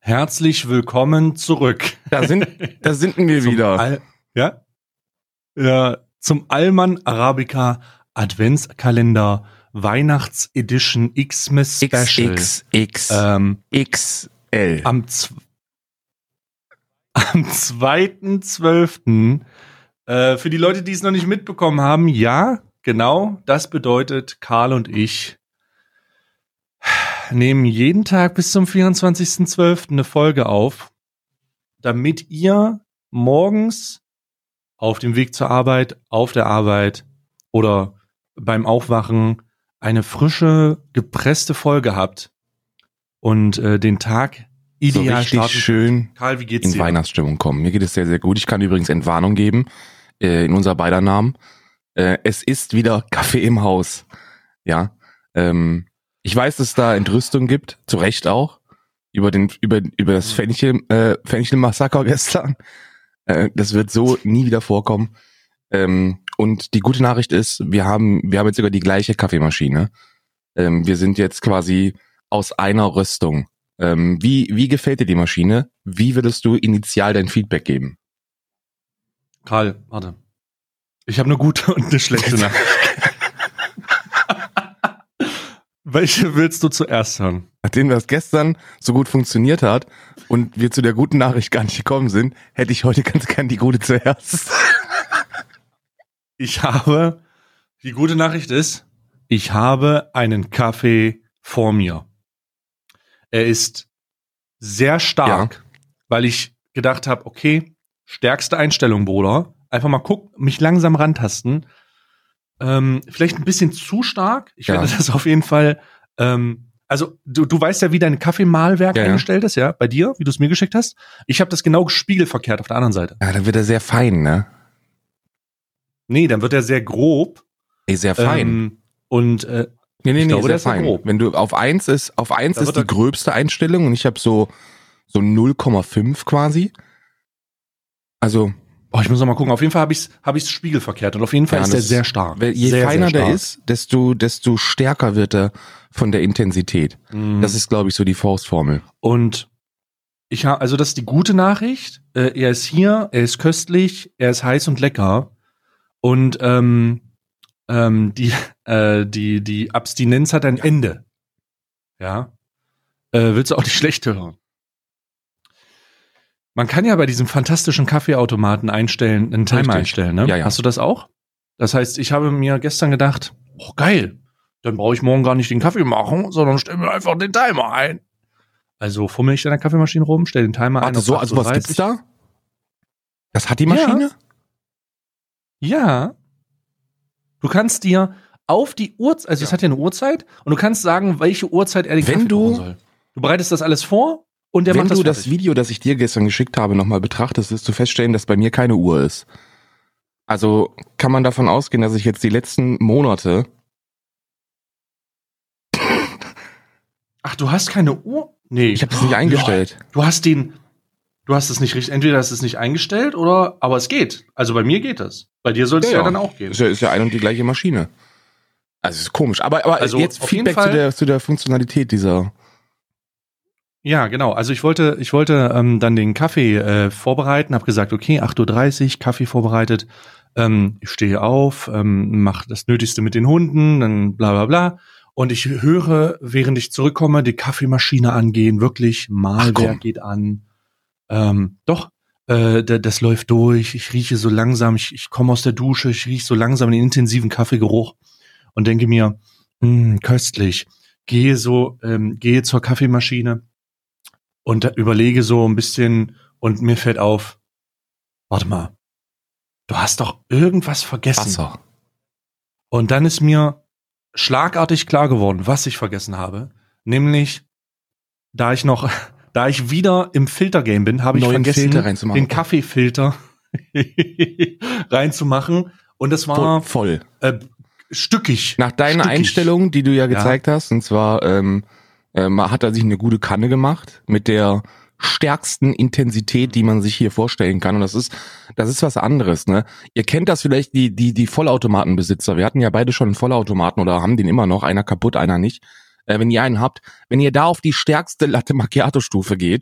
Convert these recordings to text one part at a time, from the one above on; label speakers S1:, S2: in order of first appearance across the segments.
S1: Herzlich willkommen zurück.
S2: Da sind wir wieder.
S1: Zum Allmann Arabica Adventskalender Weihnachtsedition Xmas Special.
S2: XXXL.
S1: Am 2.12. Für die Leute, die es noch nicht mitbekommen haben, ja, genau, das bedeutet, Karl und ich nehmen jeden Tag bis zum 24.12. eine Folge auf, damit ihr morgens auf dem Weg zur Arbeit, auf der Arbeit oder beim Aufwachen eine frische, gepresste Folge habt und den Tag ideal
S2: so richtig schön
S1: Karl, wie geht's
S2: in
S1: dir?
S2: Weihnachtsstimmung kommen. Mir geht es sehr, sehr gut. Ich kann übrigens Entwarnung geben in unser beider Namen. Es ist wieder Kaffee im Haus. Ja, ich weiß, dass es da Entrüstung gibt, zu Recht auch, über das Fenchelmassaker gestern. Das wird so nie wieder vorkommen. Und die gute Nachricht ist, wir haben jetzt sogar die gleiche Kaffeemaschine. Wir sind jetzt quasi aus einer Rüstung. Wie gefällt dir die Maschine? Wie würdest du initial dein Feedback geben?
S1: Karl, warte. Ich habe eine gute und eine schlechte Nachricht. Welche willst du zuerst hören?
S2: Nachdem das gestern so gut funktioniert hat und wir zu der guten Nachricht gar nicht gekommen sind, hätte ich heute ganz gern die gute zuerst.
S1: Die gute Nachricht ist, ich habe einen Kaffee vor mir. Er ist sehr stark, weil ich gedacht habe, okay, stärkste Einstellung, Bruder. Einfach mal mich langsam rantasten. Vielleicht ein bisschen zu stark. Ich werde das auf jeden Fall, also du weißt ja, wie dein Kaffeemahlwerk eingestellt ist, ja, bei dir, wie du es mir geschickt hast. Ich habe das genau spiegelverkehrt auf der anderen Seite.
S2: Ja, dann wird er sehr fein, ne?
S1: Nee, dann wird er sehr grob.
S2: Sehr fein.
S1: Nee,
S2: ich glaube, der ist fein. Grob. Wenn du auf 1 ist die gröbste Einstellung und ich habe so 0,5 quasi. Also
S1: ich muss noch mal gucken. Auf jeden Fall habe ich's spiegelverkehrt und auf jeden Fall ist der sehr stark.
S2: Je
S1: sehr,
S2: feiner
S1: sehr
S2: der ist, desto stärker wird er von der Intensität. Das ist, glaube ich, so die Faustformel.
S1: Und also das ist die gute Nachricht. Er ist hier, er ist köstlich, er ist heiß und lecker. Und die Abstinenz hat ein Ende. Ja. Willst du auch die schlechte hören? Man kann ja bei diesem fantastischen Kaffeeautomaten einen Timer einstellen, ne?
S2: Ja.
S1: Hast du das auch? Das heißt, ich habe mir gestern gedacht, geil, dann brauche ich morgen gar nicht den Kaffee machen, sondern stelle mir einfach den Timer ein. Also fummel ich in der Kaffeemaschine rum, stelle den Timer ein.
S2: Also was gibt's da? Das hat die Maschine?
S1: Ja. Du kannst dir auf die Uhrzeit, also es hat ja eine Uhrzeit, und du kannst sagen, welche Uhrzeit er den Kaffee machen soll. Du bereitest das alles vor und der macht das fertig. Wenn du das
S2: Video, das ich dir gestern geschickt habe, nochmal betrachtest, wirst du feststellen, dass bei mir keine Uhr ist. Also kann man davon ausgehen, dass ich jetzt die letzten Monate...
S1: Ach, du hast keine Uhr? Nee.
S2: Ich habe das nicht eingestellt.
S1: Du hast es nicht richtig, entweder hast du es nicht eingestellt aber es geht. Also bei mir geht das. Bei dir soll es ja dann auch gehen.
S2: Ist ja ein und die gleiche Maschine. Also ist komisch. Aber also jetzt Feedback zu der Funktionalität dieser.
S1: Ja, genau. Also ich wollte dann den Kaffee vorbereiten, habe gesagt, okay, 8.30 Uhr, Kaffee vorbereitet. Ich stehe auf, mache das Nötigste mit den Hunden, dann bla bla bla. Und ich höre, während ich zurückkomme, die Kaffeemaschine angehen. Wirklich, Mahlwerk geht an. Das läuft durch, ich rieche so langsam, ich komme aus der Dusche, ich rieche so langsam den intensiven Kaffeegeruch und denke mir, köstlich, gehe zur Kaffeemaschine und überlege so ein bisschen und mir fällt auf, warte mal, du hast doch irgendwas vergessen.
S2: Wasser.
S1: Und dann ist mir schlagartig klar geworden, was ich vergessen habe, nämlich, da ich wieder im Filtergame bin, habe ich vergessen, den Kaffeefilter reinzumachen. Und das war
S2: voll.
S1: Stückig.
S2: Nach deiner Einstellung, die du ja gezeigt hast, und zwar hat er sich eine gute Kanne gemacht mit der stärksten Intensität, die man sich hier vorstellen kann. Und das ist was anderes, ne? Ihr kennt das vielleicht, die Vollautomatenbesitzer. Wir hatten ja beide schon einen Vollautomaten oder haben den immer noch, einer kaputt, einer nicht. Wenn ihr einen habt, wenn ihr da auf die stärkste Latte Macchiato Stufe geht,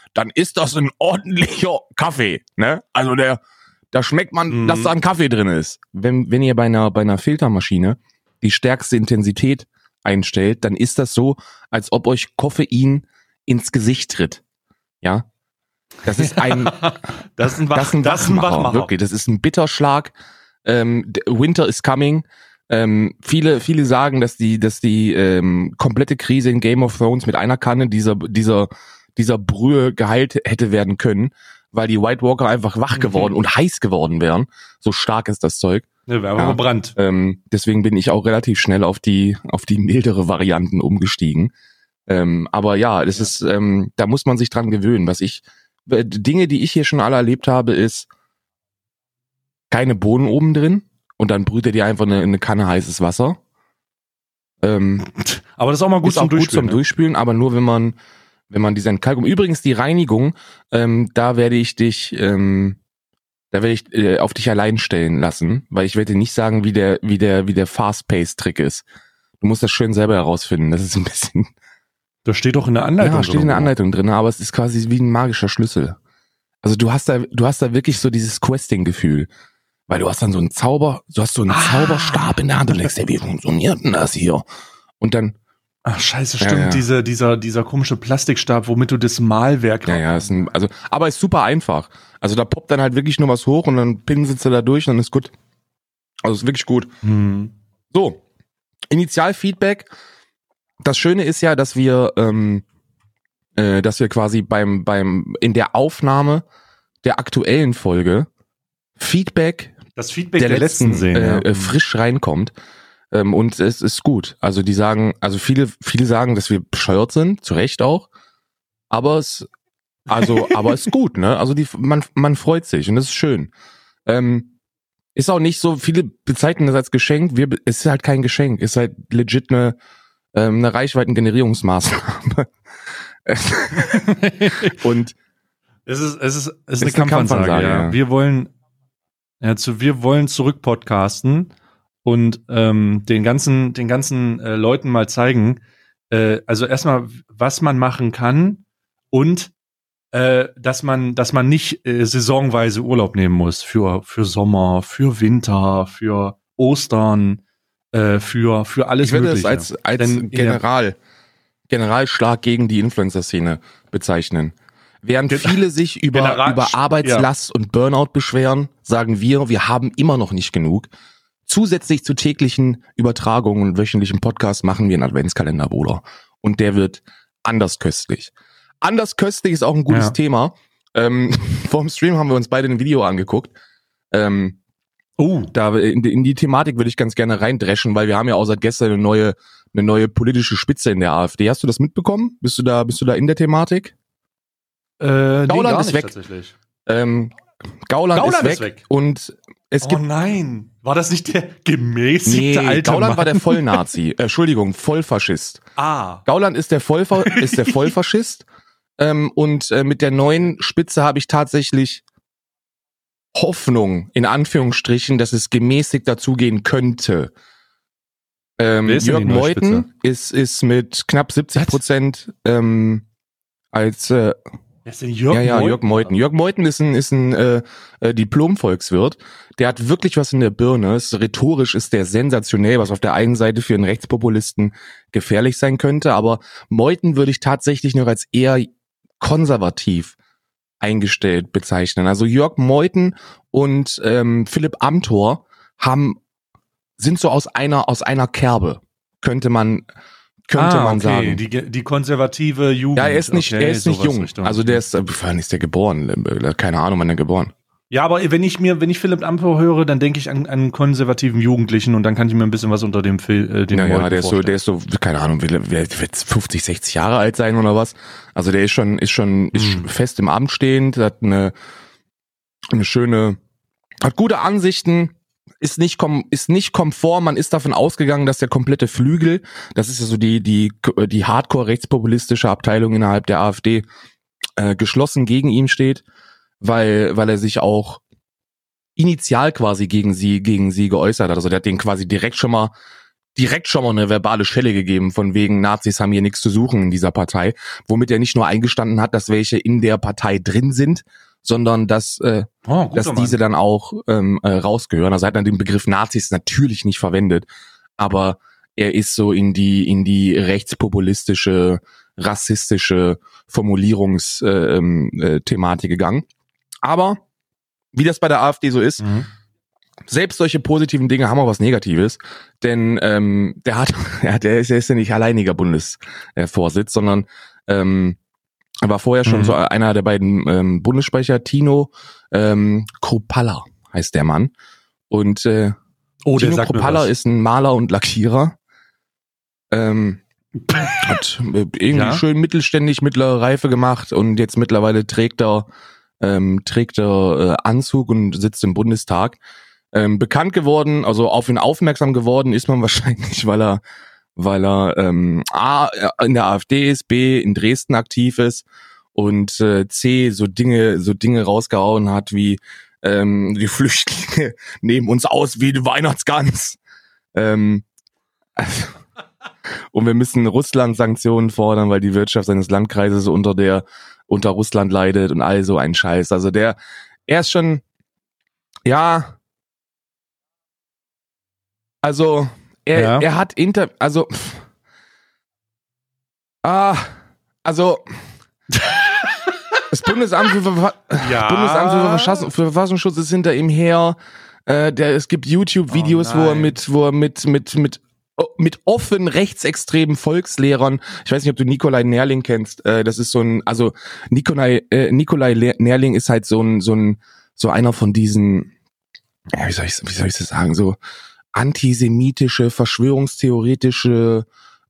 S2: dann ist das ein ordentlicher Kaffee, ne? Also da schmeckt man, dass da ein Kaffee drin ist. Wenn ihr bei einer Filtermaschine die stärkste Intensität einstellt, dann ist das so, als ob euch Koffein ins Gesicht tritt. Ja? Das ist ein Wachmacher. Wirklich, das ist ein Bitterschlag. Winter is coming. Viele sagen, dass die komplette Krise in Game of Thrones mit einer Kanne dieser Brühe geheilt hätte werden können, weil die White Walker einfach wach geworden und heiß geworden wären. So stark ist das Zeug.
S1: Ja, wir haben verbrannt.
S2: Deswegen bin ich auch relativ schnell auf die mildere Varianten umgestiegen. Aber ja, das ist, da muss man sich dran gewöhnen. Dinge, die ich hier schon alle erlebt habe, ist keine Bohnen oben drin und dann brüht er dir einfach eine Kanne heißes Wasser.
S1: Aber das ist auch mal gut zum
S2: Durchspülen, aber nur wenn man diese Entkalkung. Übrigens die Reinigung, da werde ich auf dich allein stellen lassen, weil ich werde dir nicht sagen, wie der Fast-Pace-Trick ist. Du musst das schön selber herausfinden. Das ist ein bisschen.
S1: Das steht doch in der Anleitung drin.
S2: Ja, steht in der Anleitung drin, aber es ist quasi wie ein magischer Schlüssel. Also du hast da wirklich so dieses Questing-Gefühl. Weil du hast dann so einen Zauberstab in der Hand und denkst, wie funktioniert denn das hier? Und dann.
S1: Ach, scheiße, stimmt, ja. Dieser komische Plastikstab, womit du das Malwerk.
S2: Ja, aber ist super einfach. Also da poppt dann halt wirklich nur was hoch und dann pinselst du da durch und dann ist gut. Also ist wirklich gut. So, Initialfeedback. Das Schöne ist ja, dass wir quasi in der Aufnahme der aktuellen Folge
S1: das Feedback der letzten sehen,
S2: frisch reinkommt. Und es ist gut. Also die sagen, viele sagen, dass wir bescheuert sind, zu Recht auch. Aber es ist gut, ne? Also man freut sich und das ist schön. Ist auch nicht so, viele bezeichnen das als Geschenk. Es ist halt kein Geschenk, ist halt legit eine Reichweitengenerierungsmaßnahme. Und
S1: es ist eine Kampfansage, ja. Wir wollen zurück-podcasten und den ganzen Leuten mal zeigen, also erstmal, was man machen kann und dass man nicht saisonweise Urlaub nehmen muss für Sommer, für Winter, für Ostern, für alles Mögliche.
S2: Ich würde es als Generalschlag gegen die Influencer-Szene bezeichnen. Während viele sich über Arbeitslast und Burnout beschweren, sagen wir haben immer noch nicht genug. Zusätzlich zu täglichen Übertragungen und wöchentlichen Podcasts machen wir einen Adventskalender, Bruder. Und der wird anders köstlich. Anders köstlich ist auch ein gutes Thema. Vorm Stream haben wir uns beide ein Video angeguckt. Da in die Thematik würde ich ganz gerne reindreschen, weil wir haben ja auch seit gestern eine neue politische Spitze in der AfD. Hast du das mitbekommen? Bist du da in der Thematik?
S1: Gauland ist weg. Tatsächlich.
S2: Gauland ist weg. Und es gibt.
S1: Oh nein, war das nicht der gemäßigte alte
S2: Gauland
S1: Mann?
S2: war der Vollnazi. Entschuldigung, Vollfaschist. Gauland ist der Vollfaschist. Und mit der neuen Spitze habe ich tatsächlich Hoffnung, in Anführungsstrichen, dass es gemäßigt dazugehen könnte. Jörg Meuthen ist mit knapp 70% als Jörg Meuthen. Jörg Meuthen ist ein Diplom-Volkswirt. Der hat wirklich was in der Birne. Rhetorisch ist der sensationell, was auf der einen Seite für einen Rechtspopulisten gefährlich sein könnte. Aber Meuthen würde ich tatsächlich noch als eher konservativ eingestellt bezeichnen. Also Jörg Meuthen und Philipp Amthor sind so aus einer Kerbe, könnte man sagen.
S1: Die konservative Jugend.
S2: Ja, er ist nicht jung. Richtung. Also der ist, wann ist der geboren? Keine Ahnung, wann er geboren.
S1: Ja, aber wenn ich Philipp Amthor höre, dann denke ich an einen konservativen Jugendlichen und dann kann ich mir ein bisschen was unter dem
S2: der ist so, keine Ahnung, wird 50, 60 Jahre alt sein oder was. Also der ist fest im Amt stehend, hat eine schöne, hat gute Ansichten, ist nicht konform, man ist davon ausgegangen, dass der komplette Flügel, das ist ja so die hardcore-rechtspopulistische Abteilung innerhalb der AfD, geschlossen gegen ihn steht, weil er sich auch initial quasi gegen sie geäußert hat. Also der hat denen quasi direkt schon mal direkt schon mal eine verbale Schelle gegeben, von wegen Nazis haben hier nichts zu suchen in dieser Partei, womit er nicht nur eingestanden hat, dass welche in der Partei drin sind, sondern dass diese dann auch rausgehören. Also er hat dann den Begriff Nazis natürlich nicht verwendet, aber er ist so in die rechtspopulistische, rassistische Formulierungsthematik gegangen. Aber wie das bei der AfD so ist, selbst solche positiven Dinge haben auch was Negatives, denn der ist ja nicht alleiniger Bundesvorsitz, sondern er war vorher schon so einer der beiden Bundessprecher, Tino Kruppalla heißt der Mann. Und Tino Kruppalla ist ein Maler und Lackierer. Hat irgendwie schön mittelständig, mittlere Reife gemacht und jetzt mittlerweile trägt er Anzug und sitzt im Bundestag. Bekannt geworden, also auf ihn aufmerksam geworden ist man wahrscheinlich, weil er A in der AfD ist, B in Dresden aktiv ist und C so Dinge rausgehauen hat wie die Flüchtlinge nehmen uns aus wie die Weihnachtsgans. Und wir müssen Russland-Sanktionen fordern, weil die Wirtschaft seines Landkreises unter Russland leidet und all so ein Scheiß. Also er ist schon, ja, also er hat das Bundesamt für Verfassungsschutz ist hinter ihm her. Es gibt YouTube-Videos, wo er mit offen rechtsextremen Volkslehrern, ich weiß nicht, ob du Nikolai Nerling kennst, das ist Nikolai Nerling ist halt so einer von diesen, ja, wie soll ich das sagen, so antisemitische, verschwörungstheoretische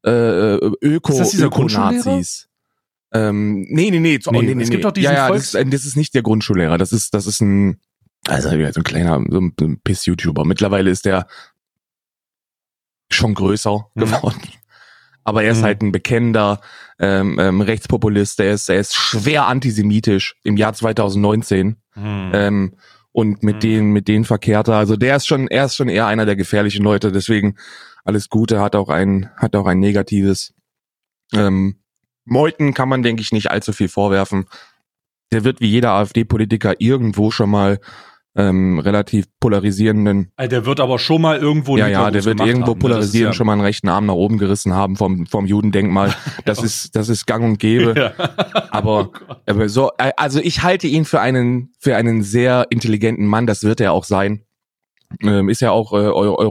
S2: Öko-Nazis. Nee. Es
S1: gibt doch diesen
S2: das ist nicht der Grundschullehrer, das ist ein kleiner, so ein Piss-YouTuber. Mittlerweile ist der schon größer geworden. Aber er ist halt ein bekennender Rechtspopulist, er ist schwer antisemitisch im Jahr 2019. Und mit denen verkehrt er. Also er ist schon eher einer der gefährlichen Leute, deswegen alles Gute, hat auch ein negatives. Meuthen kann man, denke ich, nicht allzu viel vorwerfen. Der wird wie jeder AfD-Politiker irgendwo schon mal relativ polarisierenden.
S1: Der wird aber schon mal irgendwo
S2: der wird irgendwo polarisierend schon mal einen rechten Arm nach oben gerissen haben vom Judendenkmal. Das ist gang und gäbe. Ja. Aber so, also ich halte ihn für einen sehr intelligenten Mann. Das wird er auch sein. Ist ja auch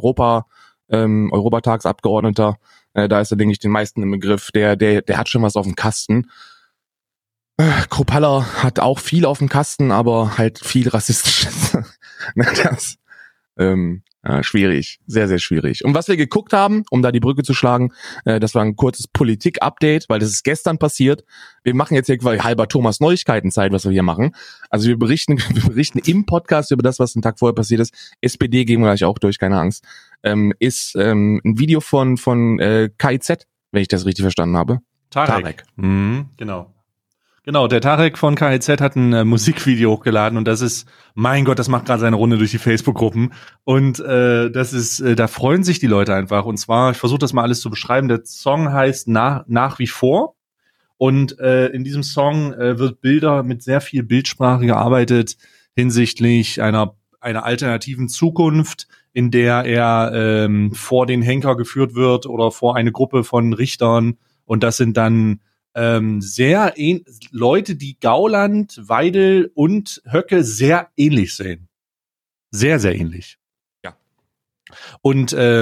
S2: Europatagsabgeordneter. Da ist er, denke ich, den meisten im Begriff. Der hat schon was auf dem Kasten. Kruppalla hat auch viel auf dem Kasten, aber halt viel Rassistisches. Das schwierig, sehr, sehr schwierig. Und was wir geguckt haben, um da die Brücke zu schlagen, das war ein kurzes Politik-Update, weil das ist gestern passiert. Wir machen jetzt hier quasi halber Thomas Neuigkeiten-Zeit, was wir hier machen. Also wir berichten im Podcast über das, was den Tag vorher passiert ist. SPD gehen wir gleich auch durch, keine Angst. Ist ein Video von KIZ, wenn ich das richtig verstanden habe.
S1: Tarek. Genau, der Tarek von KIZ hat ein Musikvideo hochgeladen und das ist, mein Gott, das macht gerade seine Runde durch die Facebook-Gruppen und das ist, da freuen sich die Leute einfach. Und zwar, ich versuche das mal alles zu beschreiben, der Song heißt Nach wie vor und in diesem Song wird mit sehr viel Bildsprache gearbeitet hinsichtlich einer alternativen Zukunft, in der er vor den Henker geführt wird oder vor eine Gruppe von Richtern und das sind dann Leute, die Gauland, Weidel und Höcke sehr ähnlich sehen. Sehr, sehr ähnlich.
S2: Ja.
S1: Und da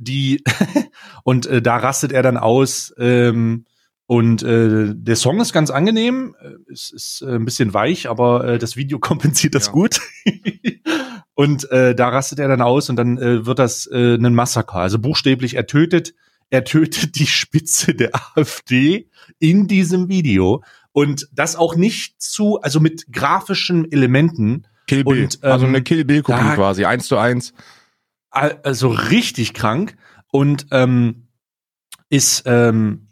S1: rastet er dann aus der Song ist ganz angenehm, es ist ein bisschen weich, aber das Video kompensiert das gut. Und da rastet er dann aus und dann wird das ein Massaker. Also buchstäblich, er tötet die Spitze der AfD in diesem Video und das auch nicht also mit grafischen Elementen.
S2: Kill Bill. Und, also eine Kill Bill-Kopie quasi, 1:1.
S1: Also richtig krank und ist im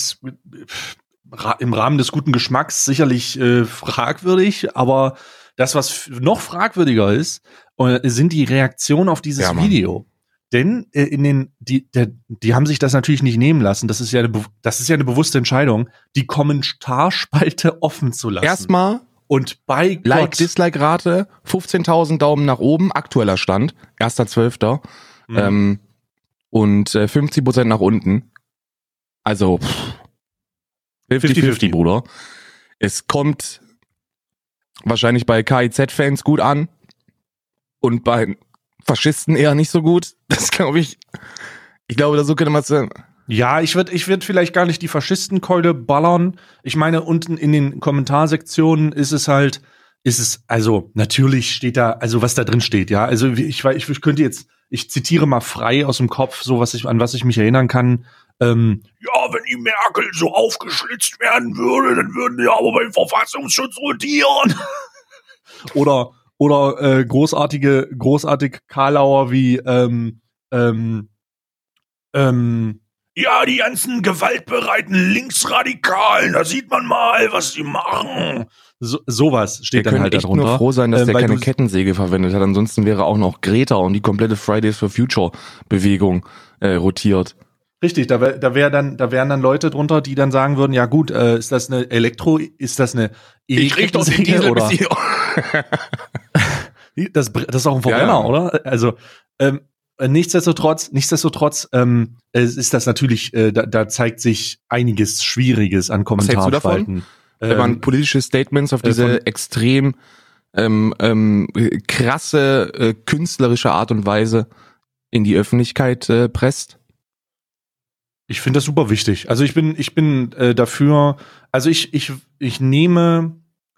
S1: Rahmen des guten Geschmacks sicherlich fragwürdig, aber das, was noch fragwürdiger ist, sind die Reaktionen auf dieses Video. Denn die haben sich das natürlich nicht nehmen lassen. Das ist ja eine bewusste Entscheidung, die Kommentarspalte offen zu lassen.
S2: Erstmal
S1: und bei
S2: Like-Dislike-Rate 15.000 Daumen nach oben, aktueller Stand, 1.12. Und 50% nach unten. Also 50-50, Bruder. Es kommt wahrscheinlich bei KIZ-Fans gut an und bei Faschisten eher nicht so gut. Das glaube ich. Ich glaube, so könnte man es sagen.
S1: Ja, ich würd vielleicht gar nicht die Faschistenkeule ballern. Ich meine, unten in den Kommentarsektionen also natürlich steht da, also was da drin steht, ja. Also ich könnte jetzt, ich zitiere mal frei aus dem Kopf, so an was ich mich erinnern kann. Ja, wenn die Merkel so aufgeschlitzt werden würde, dann würden die aber beim Verfassungsschutz rotieren. oder großartig Karlauer wie ja, die ganzen gewaltbereiten Linksradikalen, da sieht man mal, was die machen. Sowas steht dann halt darunter.
S2: Wir können echt nur froh sein, dass der keine Kettensäge verwendet hat. Ansonsten wäre auch noch Greta und die komplette Fridays for Future Bewegung rotiert.
S1: Richtig, da wären dann Leute drunter, die dann sagen würden, ja gut, ist das eine ist das eine
S2: E-Kettensäge oder?
S1: Das ist auch ein Verbrenner, oder? Also, nichtsdestotrotz ist das natürlich, da zeigt sich einiges Schwieriges an Kommentarspalten.
S2: Wenn man politische Statements auf diese extrem krasse künstlerische Art und Weise in die Öffentlichkeit presst?
S1: Ich finde das super wichtig. Also ich bin dafür, also ich nehme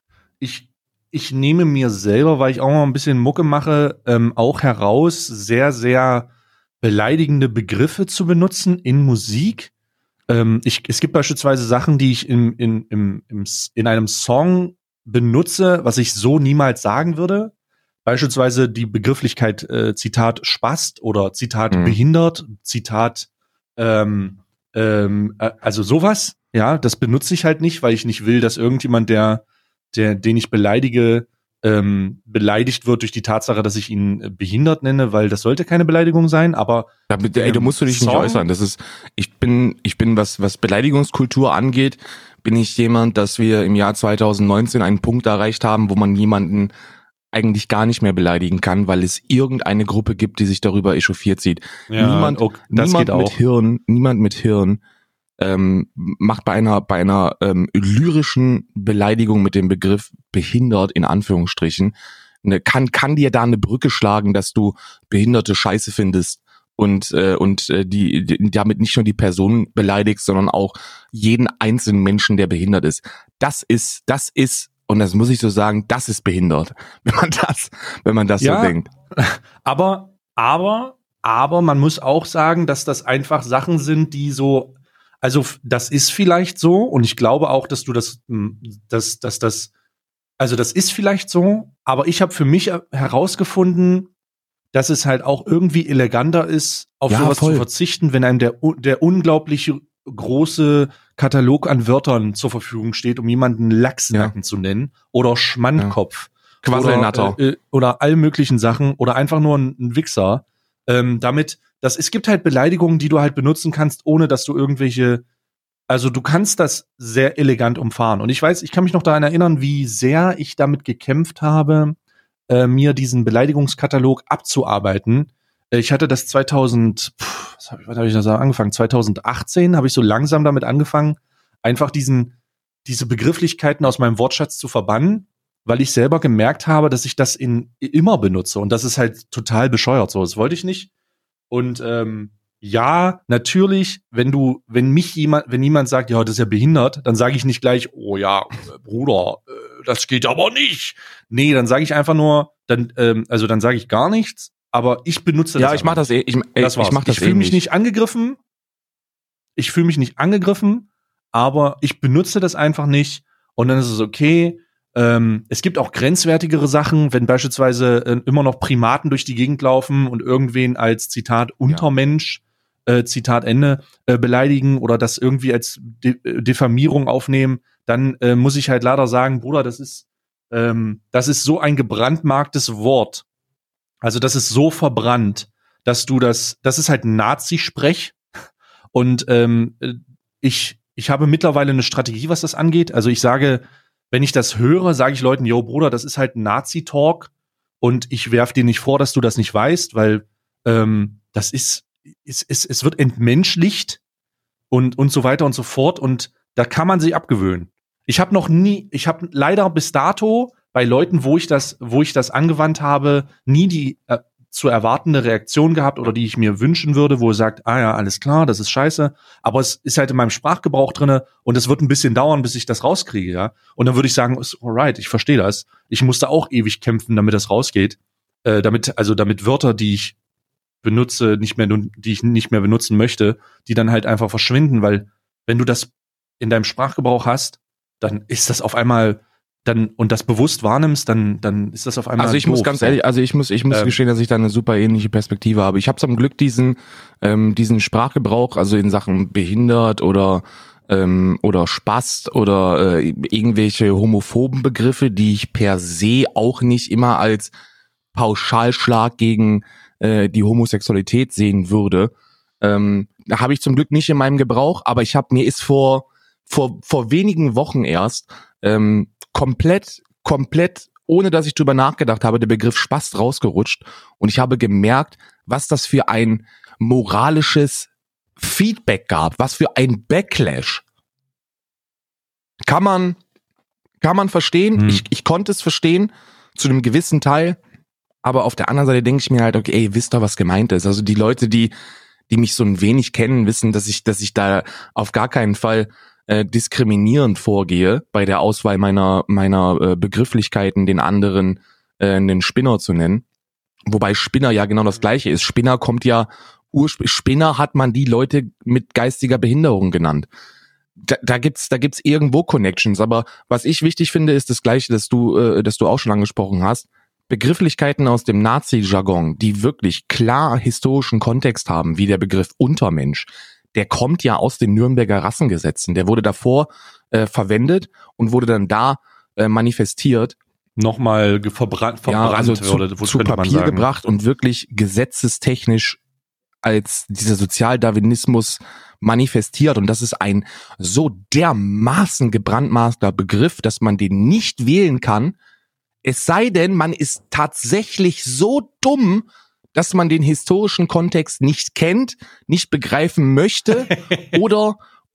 S1: mir selber, weil ich auch mal ein bisschen Mucke mache, auch heraus, sehr, sehr beleidigende Begriffe zu benutzen in Musik. Es gibt beispielsweise Sachen, die ich in einem Song benutze, was ich so niemals sagen würde. Beispielsweise die Begrifflichkeit Zitat Spast oder Zitat behindert, Zitat also sowas. Ja, das benutze ich halt nicht, weil ich nicht will, dass irgendjemand, den ich beleidige, beleidigt wird durch die Tatsache, dass ich ihn behindert nenne, weil das sollte keine Beleidigung sein, aber
S2: da musst du dich nicht äußern. Das ist, ich bin, was Beleidigungskultur angeht, bin ich jemand, dass wir im Jahr 2019 einen Punkt erreicht haben, wo man jemanden eigentlich gar nicht mehr beleidigen kann, weil es irgendeine Gruppe gibt, die sich darüber echauffiert sieht.
S1: Ja,
S2: niemand mit Hirn macht bei einer lyrischen Beleidigung mit dem Begriff behindert in Anführungsstrichen kann dir da eine Brücke schlagen, dass du behinderte Scheiße findest und die damit nicht nur die Person beleidigst, sondern auch jeden einzelnen Menschen, der behindert ist. Das ist und das muss ich so sagen, das ist behindert, wenn man das
S1: ja,
S2: so denkt.
S1: Aber man muss auch sagen, dass das einfach Sachen sind, die so. Also das ist vielleicht so und ich glaube auch, dass das ist vielleicht so, aber ich habe für mich herausgefunden, dass es halt auch irgendwie eleganter ist, auf sowas zu verzichten, wenn einem der unglaublich große Katalog an Wörtern zur Verfügung steht, um jemanden Lachsnacken zu nennen oder Schmandkopf.
S2: Quasselnatter.
S1: Oder all möglichen Sachen oder einfach nur ein Wichser. Es gibt halt Beleidigungen, die du halt benutzen kannst, ohne dass du also du kannst das sehr elegant umfahren. Und ich kann mich noch daran erinnern, wie sehr ich damit gekämpft habe, mir diesen Beleidigungskatalog abzuarbeiten. Ich hatte das 2018 habe ich so langsam damit angefangen, einfach diese Begrifflichkeiten aus meinem Wortschatz zu verbannen, weil ich selber gemerkt habe, dass ich das immer benutze. Und das ist halt total bescheuert so. Das wollte ich nicht. Und ja, natürlich, wenn jemand sagt, ja, das ist ja behindert, dann sage ich nicht gleich, oh ja, Bruder, das geht aber nicht. Nee, dann sage ich einfach nur, dann sage ich gar nichts, aber ich benutze das.
S2: Ja, ich mache das
S1: ich fühle mich nicht angegriffen. Ich fühle mich nicht angegriffen, aber ich benutze das einfach nicht und dann ist es okay. Es gibt auch grenzwertigere Sachen, wenn beispielsweise immer noch Primaten durch die Gegend laufen und irgendwen als Zitat Untermensch, Zitat Ende, beleidigen oder das irgendwie als Diffamierung aufnehmen, dann muss ich halt leider sagen, Bruder, das ist so ein gebrandmarktes Wort. Also das ist so verbrannt, dass das ist halt Nazi-Sprech. Und ich habe mittlerweile eine Strategie, was das angeht. Also ich sage, wenn ich das höre, sage ich Leuten, yo Bruder, das ist halt Nazi-Talk und ich werf dir nicht vor, dass du das nicht weißt, weil das es wird entmenschlicht und so weiter und so fort und da kann man sich abgewöhnen. Ich habe leider bis dato bei Leuten, wo ich das angewandt habe, nie die zu erwartende Reaktion gehabt oder die ich mir wünschen würde, wo er sagt, ah ja, alles klar, das ist scheiße, aber es ist halt in meinem Sprachgebrauch drinne und es wird ein bisschen dauern, bis ich das rauskriege, ja. Und dann würde ich sagen, alright, ich verstehe das. Ich musste auch ewig kämpfen, damit das rausgeht. Damit Wörter, die ich benutze, die ich nicht mehr benutzen möchte, die dann halt einfach verschwinden, weil wenn du das in deinem Sprachgebrauch hast, dann ist das auf einmal und das bewusst wahrnimmst, dann ist das auf einmal.
S2: Also ich muss ganz ehrlich, ich muss gestehen, dass ich da eine super ähnliche Perspektive habe. Ich habe zum Glück diesen Sprachgebrauch, also in Sachen behindert oder Spast oder irgendwelche homophoben Begriffe, die ich per se auch nicht immer als Pauschalschlag gegen die Homosexualität sehen würde. Habe ich zum Glück nicht in meinem Gebrauch, aber mir ist vor wenigen Wochen erst komplett, ohne dass ich drüber nachgedacht habe, der Begriff Spast rausgerutscht und ich habe gemerkt, was das für ein moralisches Feedback gab, was für ein Backlash. Kann man verstehen, ich konnte es verstehen, zu einem gewissen Teil, aber auf der anderen Seite denke ich mir halt, okay, ey, wisst ihr, was gemeint ist? Also die Leute, die mich so ein wenig kennen, wissen, dass ich da auf gar keinen Fall diskriminierend vorgehe bei der Auswahl meiner Begrifflichkeiten, den anderen einen Spinner zu nennen. Wobei Spinner ja genau das Gleiche ist. Spinner kommt ja Spinner hat man die Leute mit geistiger Behinderung genannt. Da gibt's irgendwo Connections, aber was ich wichtig finde, ist das Gleiche, das du auch schon angesprochen hast. Begrifflichkeiten aus dem Nazi-Jargon, die wirklich klar historischen Kontext haben, wie der Begriff Untermensch, der kommt ja aus den Nürnberger Rassengesetzen. Der wurde davor verwendet und wurde dann da manifestiert.
S1: Nochmal verbrannt
S2: ja, also zu Papier gebracht und wirklich gesetzestechnisch als dieser Sozialdarwinismus manifestiert. Und das ist ein so dermaßen gebrandmarkter Begriff, dass man den nicht wählen kann. Es sei denn, man ist tatsächlich so dumm, dass man den historischen Kontext nicht kennt, nicht begreifen möchte oder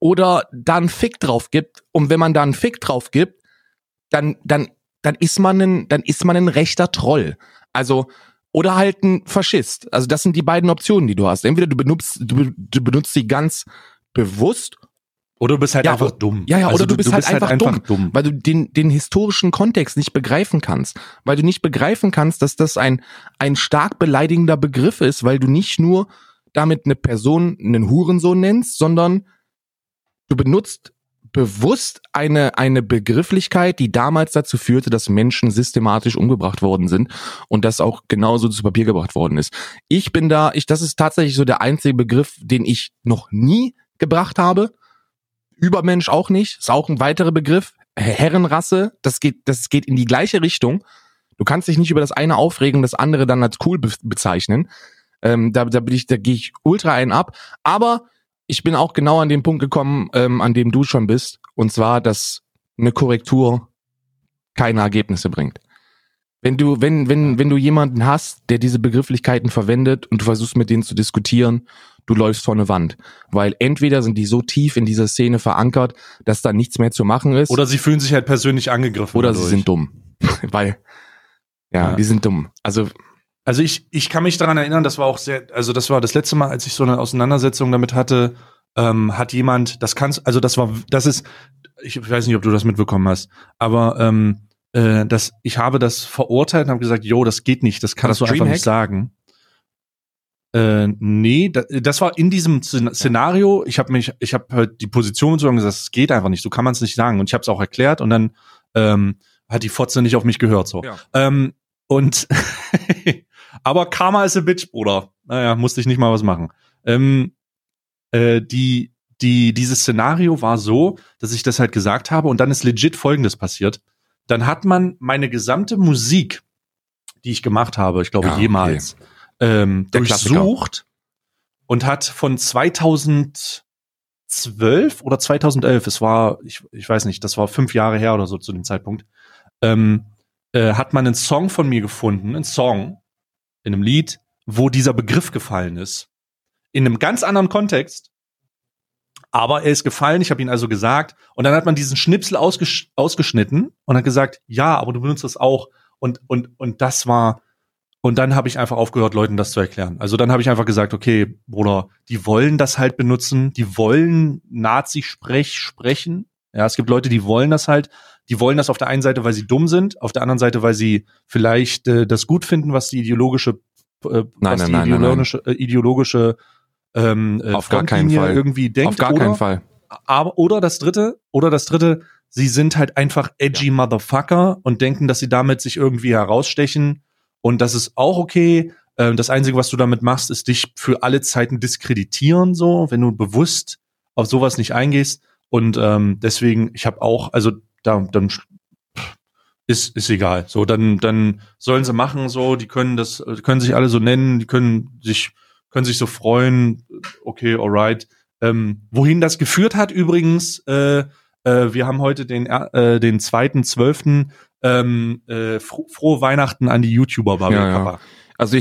S2: da einen Fick drauf gibt. Und wenn man da einen Fick drauf gibt, dann ist man ein rechter Troll. Also, oder halt ein Faschist. Also das sind die beiden Optionen, die du hast. Entweder du benutzt sie ganz bewusst.
S1: Oder du bist halt einfach dumm.
S2: Ja, also oder du bist halt einfach dumm, weil du den historischen Kontext nicht begreifen kannst. Weil du nicht begreifen kannst, dass das ein stark beleidigender Begriff ist, weil du nicht nur damit eine Person einen Hurensohn nennst, sondern du benutzt bewusst eine Begrifflichkeit, die damals dazu führte, dass Menschen systematisch umgebracht worden sind und das auch genauso zu Papier gebracht worden ist. Das ist tatsächlich so der einzige Begriff, den ich noch nie gebracht habe. Übermensch auch nicht, ist auch ein weiterer Begriff. Herrenrasse, das geht in die gleiche Richtung. Du kannst dich nicht über das eine aufregen, das andere dann als cool bezeichnen. Da gehe ich ultra einen ab. Aber ich bin auch genau an den Punkt gekommen, an dem du schon bist. Und zwar, dass eine Korrektur keine Ergebnisse bringt. Wenn du jemanden hast, der diese Begrifflichkeiten verwendet und du versuchst mit denen zu diskutieren, du läufst vor eine Wand. Weil entweder sind die so tief in dieser Szene verankert, dass da nichts mehr zu machen ist.
S1: Oder sie fühlen sich halt persönlich angegriffen.
S2: Oder sie sind dumm. Weil, die sind dumm. Also
S1: ich kann mich daran erinnern, das war das letzte Mal, als ich so eine Auseinandersetzung damit hatte, hat jemand, ich weiß nicht, ob du das mitbekommen hast, aber ich habe das verurteilt und habe gesagt, das geht nicht, das kannst du einfach nicht sagen. Nee, das war in diesem Szenario, ich habe halt die Position und so gesagt, es geht einfach nicht, so kann man es nicht sagen. Und ich habe es auch erklärt und dann hat die Fotze nicht auf mich gehört. So. Ja. Aber Karma is a bitch, Bruder. Naja, musste ich nicht mal was machen. Dieses Szenario war so, dass ich das halt gesagt habe und dann ist legit Folgendes passiert. Dann hat man meine gesamte Musik, die ich gemacht habe, ich glaube jemals, durchsucht und hat von 2012 oder 2011, es war, ich weiß nicht, das war 5 Jahre her oder so zu dem Zeitpunkt, hat man einen Song von mir gefunden, einen Song in einem Lied, wo dieser Begriff gefallen ist. In einem ganz anderen Kontext. Aber er ist gefallen, ich habe ihn also gesagt. Und dann hat man diesen Schnipsel ausgeschnitten und hat gesagt, ja, aber du benutzt das auch. Und das war, und dann habe ich einfach aufgehört, Leuten das zu erklären. Also dann habe ich einfach gesagt, okay, Bruder, die wollen das halt benutzen, die wollen Nazi-Sprech sprechen. Ja, es gibt Leute, die wollen das halt. Die wollen das auf der einen Seite, weil sie dumm sind, auf der anderen Seite, weil sie vielleicht das gut finden, was die ideologische ideologische
S2: auf gar keinen Fall
S1: irgendwie denkt.
S2: Auf gar keinen Fall.
S1: Aber oder das dritte, sie sind halt einfach edgy Motherfucker und denken, dass sie damit sich irgendwie herausstechen und das ist auch okay. Das Einzige, was du damit machst, ist dich für alle Zeiten diskreditieren, so, wenn du bewusst auf sowas nicht eingehst. Und deswegen, ich habe auch, also dann ist egal. So, dann sollen sie machen, so, die können sich alle so nennen, die können sich so freuen, okay, alright. Wohin das geführt hat übrigens, wir haben heute den 2.12. Frohe Weihnachten an die YouTuber, Papa.
S2: Ja. Also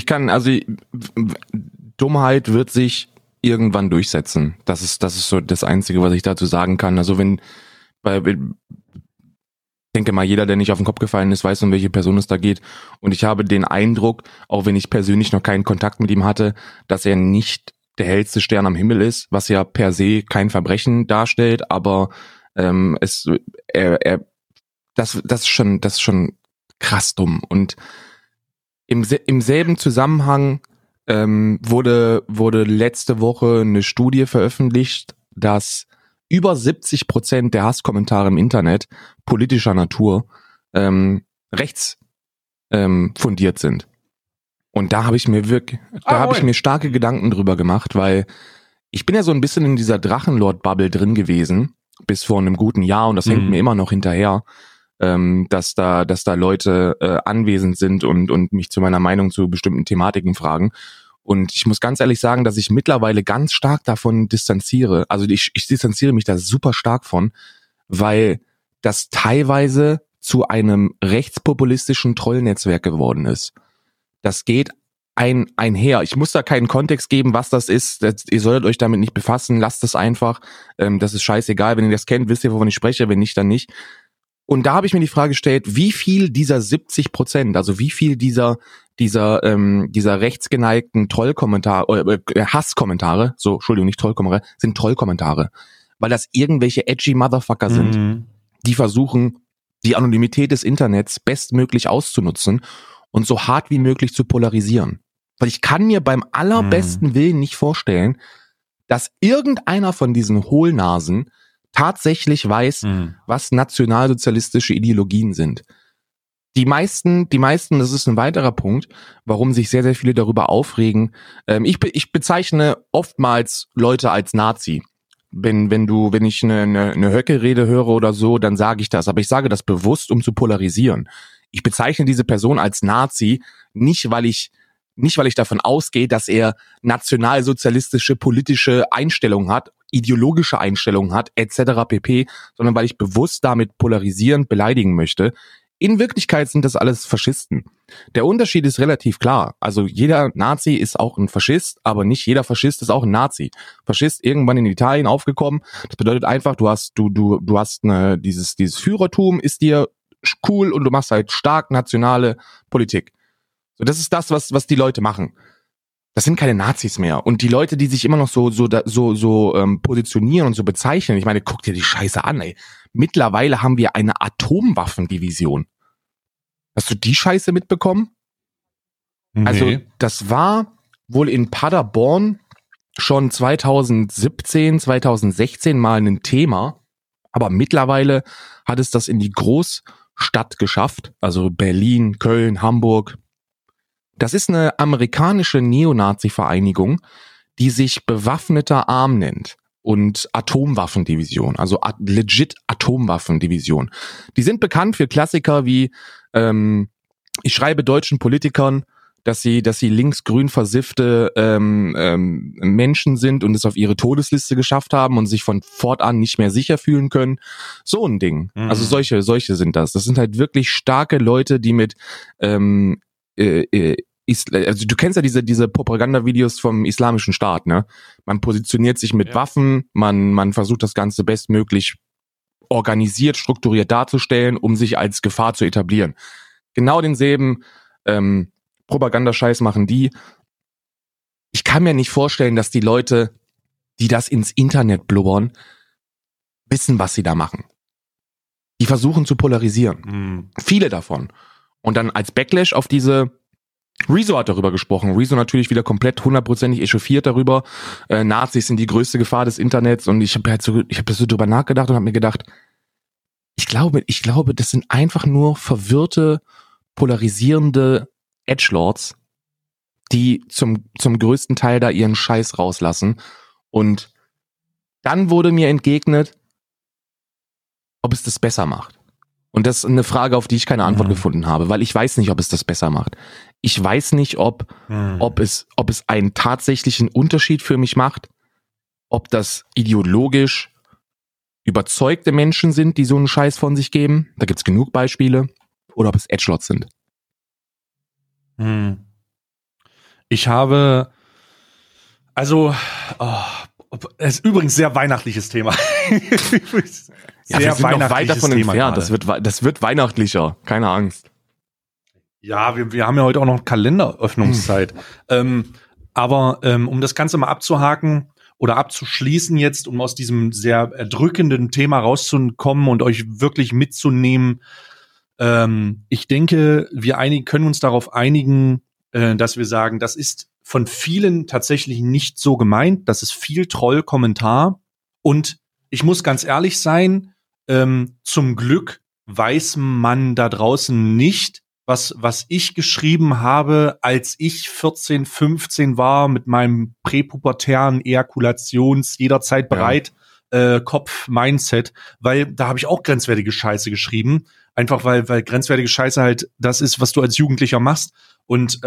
S2: Dummheit wird sich irgendwann durchsetzen. Das ist so das Einzige, was ich dazu sagen kann. Also ich denke mal, jeder, der nicht auf den Kopf gefallen ist, weiß, um welche Person es da geht. Und ich habe den Eindruck, auch wenn ich persönlich noch keinen Kontakt mit ihm hatte, dass er nicht der hellste Stern am Himmel ist, was ja per se kein Verbrechen darstellt, aber das ist schon krass dumm. Und im selben Zusammenhang wurde letzte Woche eine Studie veröffentlicht, dass über 70% der Hasskommentare im Internet politischer Natur rechts fundiert sind. Und da habe ich mir starke Gedanken drüber gemacht, weil ich bin ja so ein bisschen in dieser Drachenlord-Bubble drin gewesen, bis vor einem guten Jahr, und das hängt mir immer noch hinterher, dass da Leute anwesend sind und mich zu meiner Meinung zu bestimmten Thematiken fragen. Und ich muss ganz ehrlich sagen, dass ich mittlerweile ganz stark davon distanziere. Also ich distanziere mich da super stark von, weil das teilweise zu einem rechtspopulistischen Trollnetzwerk geworden ist. Das geht einher. Ich muss da keinen Kontext geben, was das ist. Ihr solltet euch damit nicht befassen. Lasst es einfach. Das ist scheißegal. Wenn ihr das kennt, wisst ihr, wovon ich spreche. Wenn nicht, dann nicht. Und da habe ich mir die Frage gestellt, wie viel dieser 70%, also wie viel dieser rechtsgeneigten Trollkommentare, Hasskommentare, so, Entschuldigung, nicht Trollkommentare, sind Trollkommentare. Weil das irgendwelche edgy Motherfucker sind, die versuchen, die Anonymität des Internets bestmöglich auszunutzen und so hart wie möglich zu polarisieren. Weil ich kann mir beim allerbesten Willen nicht vorstellen, dass irgendeiner von diesen Hohlnasen tatsächlich weiß, was nationalsozialistische Ideologien sind. Die meisten, das ist ein weiterer Punkt, warum sich sehr, sehr viele darüber aufregen. Ich bezeichne oftmals Leute als Nazi. Wenn ich eine Höcke-Rede höre oder so, dann sage ich das. Aber ich sage das bewusst, um zu polarisieren. Ich bezeichne diese Person als Nazi, nicht weil ich davon ausgehe, dass er nationalsozialistische politische Einstellungen hat, ideologische Einstellungen hat, etc. pp., sondern weil ich bewusst damit polarisierend beleidigen möchte. In Wirklichkeit sind das alles Faschisten. Der Unterschied ist relativ klar. Also jeder Nazi ist auch ein Faschist, aber nicht jeder Faschist ist auch ein Nazi. Faschist irgendwann in Italien aufgekommen. Das bedeutet einfach, du hast dieses Führertum ist dir cool und du machst halt stark nationale Politik. So, das ist das, was die Leute machen. Das sind keine Nazis mehr. Und die Leute, die sich immer noch so positionieren und so bezeichnen, ich meine, guck dir die Scheiße an, ey. Mittlerweile haben wir eine Atomwaffendivision. Hast du die Scheiße mitbekommen? Nee. Also, das war wohl in Paderborn schon 2017, 2016 mal ein Thema. Aber mittlerweile hat es das in die Großstadt geschafft. Also Berlin, Köln, Hamburg. Das ist eine amerikanische Neonazi-Vereinigung, die sich Bewaffneter Arm nennt und Atomwaffendivision, also legit Atomwaffendivision. Die sind bekannt für Klassiker wie ich schreibe deutschen Politikern, dass sie linksgrün versiffte Menschen sind und es auf ihre Todesliste geschafft haben und sich von fortan nicht mehr sicher fühlen können. So ein Ding. Also solche sind das. Das sind halt wirklich starke Leute, die mit also du kennst ja diese Propagandavideos vom Islamischen Staat, ne? Man positioniert sich mit Waffen, man versucht das Ganze bestmöglich organisiert, strukturiert darzustellen, um sich als Gefahr zu etablieren. Genau denselben Propagandascheiß machen die. Ich kann mir nicht vorstellen, dass die Leute, die das ins Internet blubbern, wissen, was sie da machen. Die versuchen zu polarisieren. Viele davon. Und dann als Backlash auf diese, Rezo hat darüber gesprochen. Rezo natürlich wieder komplett 100%ig echauffiert darüber. Nazis sind die größte Gefahr des Internets. Und ich habe das so drüber nachgedacht und habe mir gedacht, ich glaube, das sind einfach nur verwirrte, polarisierende Edgelords, die zum größten Teil da ihren Scheiß rauslassen. Und dann wurde mir entgegnet, ob es das besser macht. Und das ist eine Frage, auf die ich keine Antwort gefunden habe, weil ich weiß nicht, ob es das besser macht. Ich weiß nicht, ob es einen tatsächlichen Unterschied für mich macht, ob das ideologisch überzeugte Menschen sind, die so einen Scheiß von sich geben. Da gibt's genug Beispiele. Oder ob es Edgelords sind.
S1: Ich habe, es ist übrigens sehr weihnachtliches Thema.
S2: Ja, wir sind noch weit davon entfernt. Das wird weihnachtlicher. Keine Angst.
S1: Ja, wir haben ja heute auch noch Kalenderöffnungszeit. Aber um das Ganze mal abzuhaken oder abzuschließen jetzt, um aus diesem sehr erdrückenden Thema rauszukommen und euch wirklich mitzunehmen, ich denke, wir können uns darauf einigen, dass wir sagen, das ist von vielen tatsächlich nicht so gemeint. Das ist viel Trollkommentar. Und ich muss ganz ehrlich sein, zum Glück weiß man da draußen nicht, was ich geschrieben habe, als ich 14, 15 war, mit meinem präpubertären jederzeit bereit Kopf-Mindset, weil da habe ich auch grenzwertige Scheiße geschrieben. Einfach weil grenzwertige Scheiße halt das ist, was du als Jugendlicher machst. Und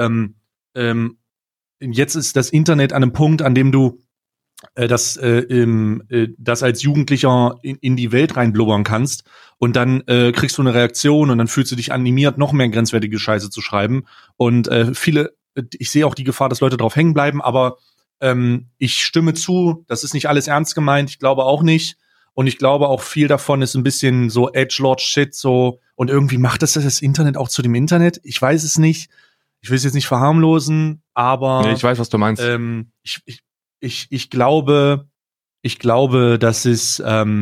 S1: jetzt ist das Internet an einem Punkt, an dem du das als Jugendlicher in die Welt reinblubbern kannst und dann kriegst du eine Reaktion und dann fühlst du dich animiert, noch mehr grenzwertige Scheiße zu schreiben. Und ich sehe auch die Gefahr, dass Leute drauf hängen bleiben, aber ich stimme zu, das ist nicht alles ernst gemeint, ich glaube auch nicht. Und ich glaube auch viel davon ist ein bisschen so Edgelord-Shit so und irgendwie macht das Internet auch zu dem Internet. Ich weiß es nicht. Ich will es jetzt nicht verharmlosen, aber
S2: nee, ich weiß, was du meinst.
S1: Ich glaube, dass es,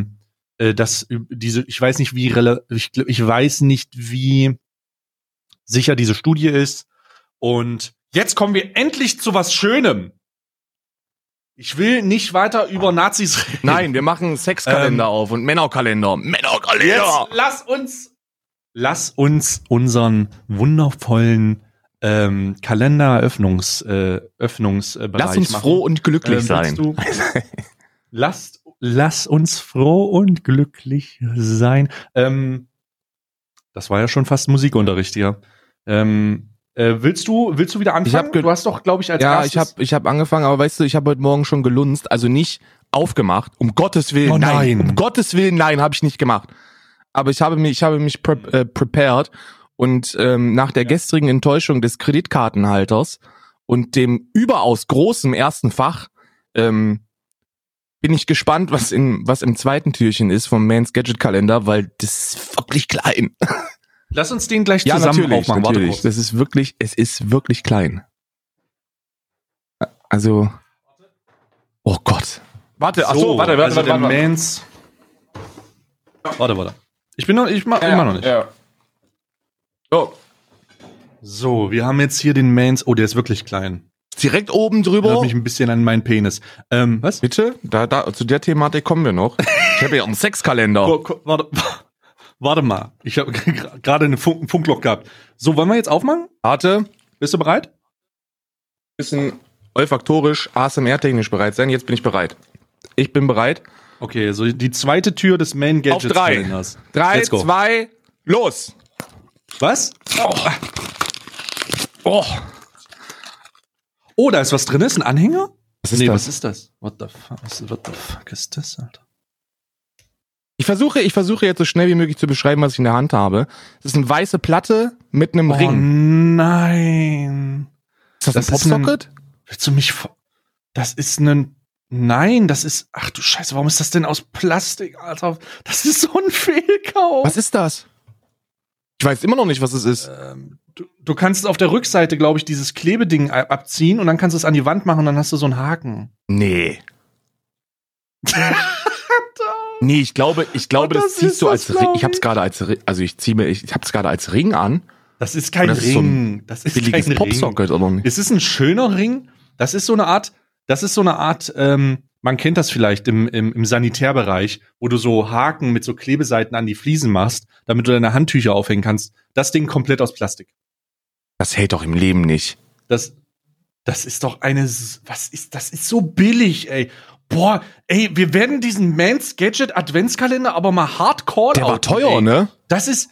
S1: ich weiß nicht, ich weiß nicht, wie sicher diese Studie ist. Und jetzt kommen wir endlich zu was Schönem. Ich will nicht weiter über Nazis reden.
S2: Nein, wir machen Sexkalender auf und Männerkalender. Männerkalender!
S1: Jetzt lass uns unseren wundervollen Kalenderöffnungsbereich
S2: Lass uns
S1: machen.
S2: froh und glücklich sein.
S1: Lass uns froh und glücklich sein. Das war ja schon fast Musikunterricht hier. Willst du wieder anfangen? Du hast doch, glaube ich, als erstes...
S2: ich hab angefangen, aber weißt du, ich habe heute Morgen schon gelunzt, also nicht aufgemacht, um Gottes Willen,
S1: oh nein.
S2: Um Gottes Willen, nein, habe ich nicht gemacht. Aber ich habe mich prepared und nach der gestrigen Enttäuschung des Kreditkartenhalters und dem überaus großen ersten Fach bin ich gespannt, was im zweiten Türchen ist vom Mans Gadget Kalender, weil das ist wirklich klein.
S1: Lass uns den gleich zusammen aufmachen.
S2: Natürlich. Es ist wirklich klein. Also, oh Gott. Warte.
S1: Der Mans. Warte. Ich mach immer noch nicht.
S2: Ja. Oh.
S1: So, wir haben jetzt hier den Mans. Oh, der ist wirklich klein.
S2: Direkt oben drüber.
S1: Erinnert mich ein bisschen an meinen Penis. Was?
S2: Bitte? Da, zu der Thematik kommen wir noch. Ich habe ja einen Sexkalender.
S1: Warte mal. Ich habe gerade einen Funkloch gehabt. So, wollen wir jetzt aufmachen?
S2: Warte.
S1: Bist du bereit?
S2: Bisschen olfaktorisch, ASMR-technisch bereit sein. Jetzt bin ich bereit. Ich bin bereit.
S1: Okay, so die zweite Tür des Main Gadgets Kalenders.
S2: 3, 2, los!
S1: Was?
S2: Oh.
S1: Oh, da ist was drin, ist ein Anhänger?
S2: Was ist das?
S1: Was ist das? What the fuck ist das, Alter?
S2: Ich versuche jetzt so schnell wie möglich zu beschreiben, was ich in der Hand habe. Es ist eine weiße Platte mit einem Ring.
S1: Oh nein.
S2: Ist das ein Popsocket?
S1: Willst du mich... Das ist ein... Nein, das ist... Ach du Scheiße, warum ist das denn aus Plastik, Alter? Das ist so ein Fehlkauf.
S2: Was ist das? Ich weiß immer noch nicht, was es ist.
S1: Du kannst auf der Rückseite, glaube ich, dieses Klebeding abziehen und dann kannst du es an die Wand machen und dann hast du so einen Haken.
S2: Nee. Nee, ich glaube, das ziehst du als Ring. Ich hab's gerade als Ring an.
S1: Das ist kein Ring. Das ist kein Ring.
S2: Popsocket oder nicht?
S1: Es ist ein schöner Ring. Das ist so eine Art, man kennt das vielleicht im Sanitärbereich, wo du so Haken mit so Klebeseiten an die Fliesen machst, damit du deine Handtücher aufhängen kannst. Das Ding komplett aus Plastik.
S2: Das hält doch im Leben nicht.
S1: Das ist doch das ist so billig, ey. Boah, ey, wir werden diesen Mans Gadget Adventskalender aber mal hardcore.
S2: Der war teuer, ne?
S1: Das ist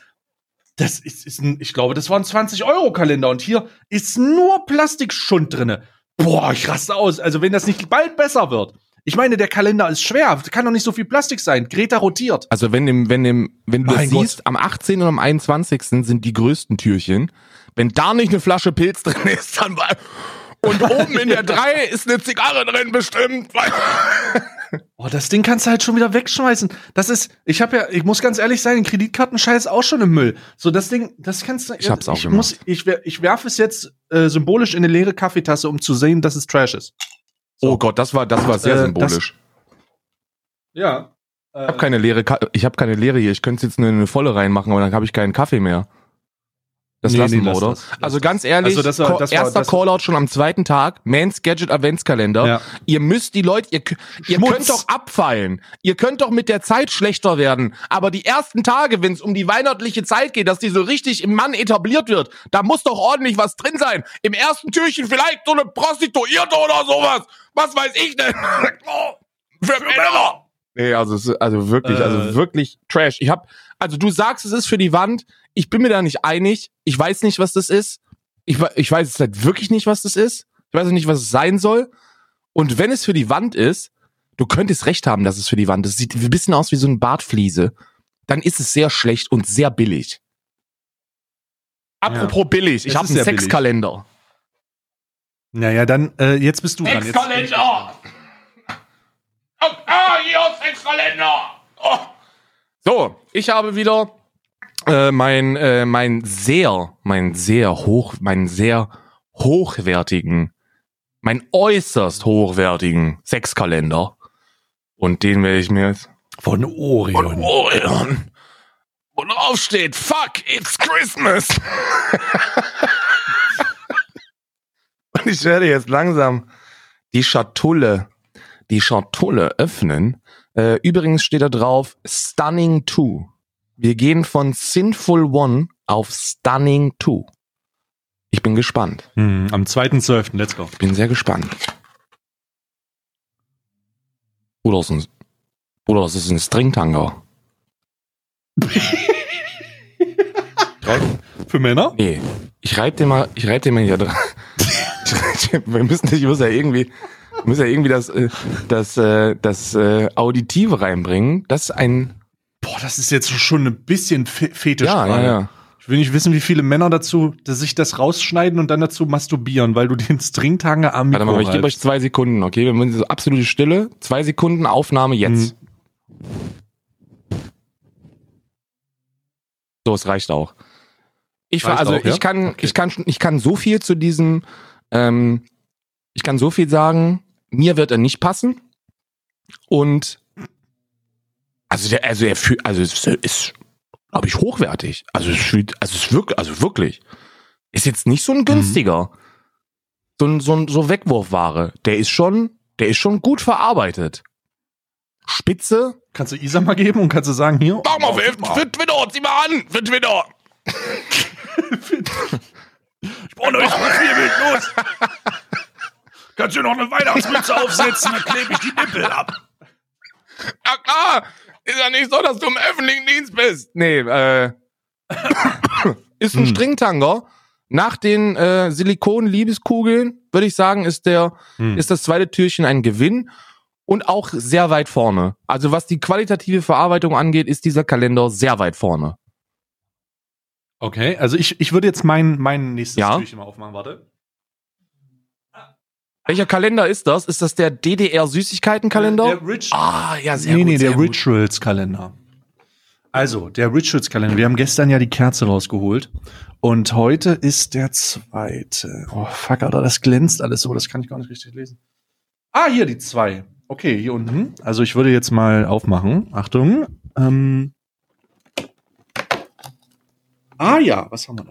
S1: ich glaube, das war ein 20-Euro-Kalender und hier ist nur Plastikschund drinne. Boah, ich raste aus. Also, wenn das nicht bald besser wird. Ich meine, der Kalender ist schwer. Kann doch nicht so viel Plastik sein. Greta rotiert.
S2: Also, wenn du das siehst, am 18. und am 21. sind die größten Türchen. Wenn da nicht eine Flasche Pilz drin ist, dann und oben in der 3 ist eine Zigarre drin bestimmt.
S1: Oh, das Ding kannst du halt schon wieder wegschmeißen. Ich muss ganz ehrlich sein, Kreditkartenscheiß auch schon im Müll. So, das Ding, das kannst du.
S2: Ich hab's auch gemacht.
S1: Ich werfe es jetzt symbolisch in eine leere Kaffeetasse, um zu sehen, dass es Trash ist. So.
S2: Oh Gott, das war sehr symbolisch.
S1: Ja.
S2: Ich habe keine leere hier. Ich könnte jetzt eine volle reinmachen, aber dann habe ich keinen Kaffee mehr. Das lassen wir, oder? Also ganz ehrlich, erster Callout schon am zweiten Tag, Mans Gadget Adventskalender. Ja. Ihr müsst die Leute, ihr könnt doch abfallen. Ihr könnt doch mit der Zeit schlechter werden. Aber die ersten Tage, wenn es um die weihnachtliche Zeit geht, dass die so richtig im Mann etabliert wird, da muss doch ordentlich was drin sein. Im ersten Türchen vielleicht so eine Prostituierte oder sowas. Was weiß ich denn? Für Männer. Nee, also wirklich Trash. Du sagst, es ist für die Wand. Ich bin mir da nicht einig. Ich weiß nicht, was das ist. Ich weiß es halt wirklich nicht, was das ist. Ich weiß nicht, was es sein soll. Und wenn es für die Wand ist, du könntest recht haben, dass es für die Wand ist. Es sieht ein bisschen aus wie so eine Bartfliese. Dann ist es sehr schlecht und sehr billig. Apropos billig. Ich habe einen Sexkalender.
S1: Naja, dann, jetzt bist du dran.
S2: Sexkalender! Hier Sexkalender! Oh. So, ich habe wieder meinen sehr äußerst hochwertigen Sexkalender. Und den werde ich mir jetzt
S1: von Orion.
S2: Wo drauf steht, fuck, it's Christmas. Und ich werde jetzt langsam die Schatulle öffnen. Übrigens steht da drauf Stunning 2. Wir gehen von Sinful 1 auf Stunning 2. Ich bin gespannt.
S1: Am 2.12. Let's go.
S2: Ich bin sehr gespannt. Oder das ist ein Stringtanger.
S1: Für Männer?
S2: Nee. Ich reib den mal hier dran. Wir müssen ja irgendwie das Auditive reinbringen. Das ist ein...
S1: Boah, das ist jetzt schon ein bisschen fetisch.
S2: Ja.
S1: Ich will nicht wissen, wie viele Männer sich das rausschneiden und dann dazu masturbieren, weil du den Stringtanger am Mikro
S2: Warte mal, ich gebe euch 2 Sekunden, okay? Wir müssen so absolute Stille. 2 Sekunden Aufnahme jetzt. So, es reicht auch. Ich kann so viel zu diesem, ich kann so viel sagen, mir wird er nicht passen. Und es ist, glaube ich, hochwertig. Wirklich. Ist jetzt nicht so ein günstiger. So Wegwurfware. Der ist schon gut verarbeitet. Spitze.
S1: Kannst du Isa mal geben und kannst du sagen, hier?
S2: Mach mal für Twitter, zieh mal an, für Twitter.
S1: Ich brauche neues Profilbild, los. Kannst du noch eine Weihnachtsmütze aufsetzen, dann klebe ich die Nippel ab.
S2: Ja klar, ist ja nicht so, dass du im öffentlichen Dienst bist. Nee, ist ein Stringtanger. Nach den Silikon-Liebeskugeln, würde ich sagen, ist das zweite Türchen ein Gewinn und auch sehr weit vorne. Also was die qualitative Verarbeitung angeht, ist dieser Kalender sehr weit vorne.
S1: Okay, also ich würde jetzt mein nächstes Türchen mal aufmachen, warte.
S2: Welcher Kalender ist das? Ist das der DDR-Süßigkeiten-Kalender?
S1: Sehr gut. Der Rituals-Kalender. Also, der Rituals-Kalender. Wir haben gestern ja die Kerze rausgeholt. Und heute ist der zweite. Oh, fuck, Alter, das glänzt alles so. Das kann ich gar nicht richtig lesen. Hier die 2. Okay, hier unten. Also, ich würde jetzt mal aufmachen. Achtung. Ja, was haben wir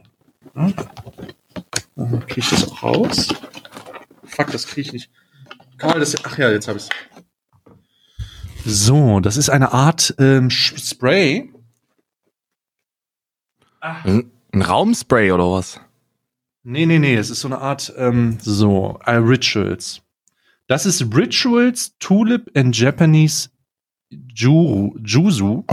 S1: da? Kriege ich das auch raus? Fuck, das kriege ich nicht. Ach ja, jetzt habe ich es. So, das ist eine Art Spray.
S2: Ein Raumspray oder was?
S1: Nee, es ist so eine Art, Rituals. Das ist Rituals Tulip and Japanese Juzu.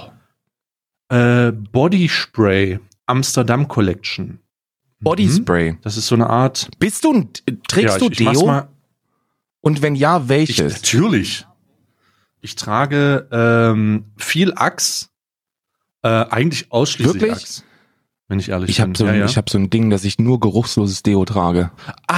S1: Body Spray Amsterdam Collection.
S2: Body Spray.
S1: Das ist so eine Art.
S2: Trägst du Deo? Und wenn ja, welches?
S1: Natürlich. Ich trage viel Axe. Eigentlich ausschließlich
S2: Wirklich?
S1: Axe. Wenn ich ehrlich
S2: bin. Ich habe so ein Ding, dass ich nur geruchsloses Deo trage.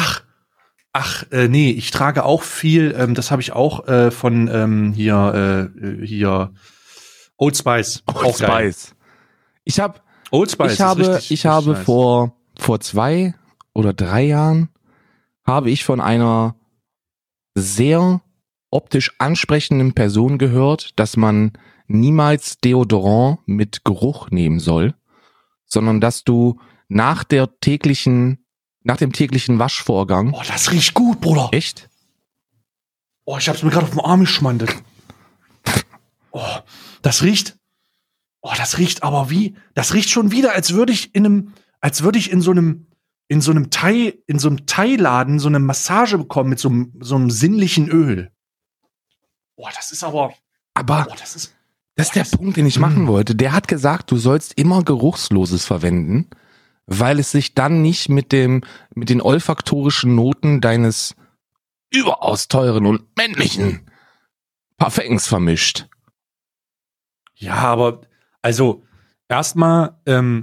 S1: Nee, ich trage auch viel, das habe ich auch von hier Old Spice.
S2: Old Spice. Ich habe
S1: nice.
S2: vor 2 oder 3 Jahren habe ich von einer sehr optisch ansprechenden Person gehört, dass man niemals Deodorant mit Geruch nehmen soll, sondern dass du nach dem täglichen Waschvorgang.
S1: Oh, das riecht gut, Bruder.
S2: Echt?
S1: Oh, ich hab's mir gerade auf den Arm geschmandelt. Oh, das riecht aber wie? Das riecht schon wieder, als würde ich in so einem Thai-Laden so eine Massage bekommen mit so einem sinnlichen Öl. Boah, das ist aber.
S2: Das ist der Punkt, den ich machen wollte. Der hat gesagt, du sollst immer Geruchsloses verwenden, weil es sich dann nicht mit den olfaktorischen Noten deines überaus teuren und männlichen Parfums vermischt.
S1: Ja, aber also erstmal,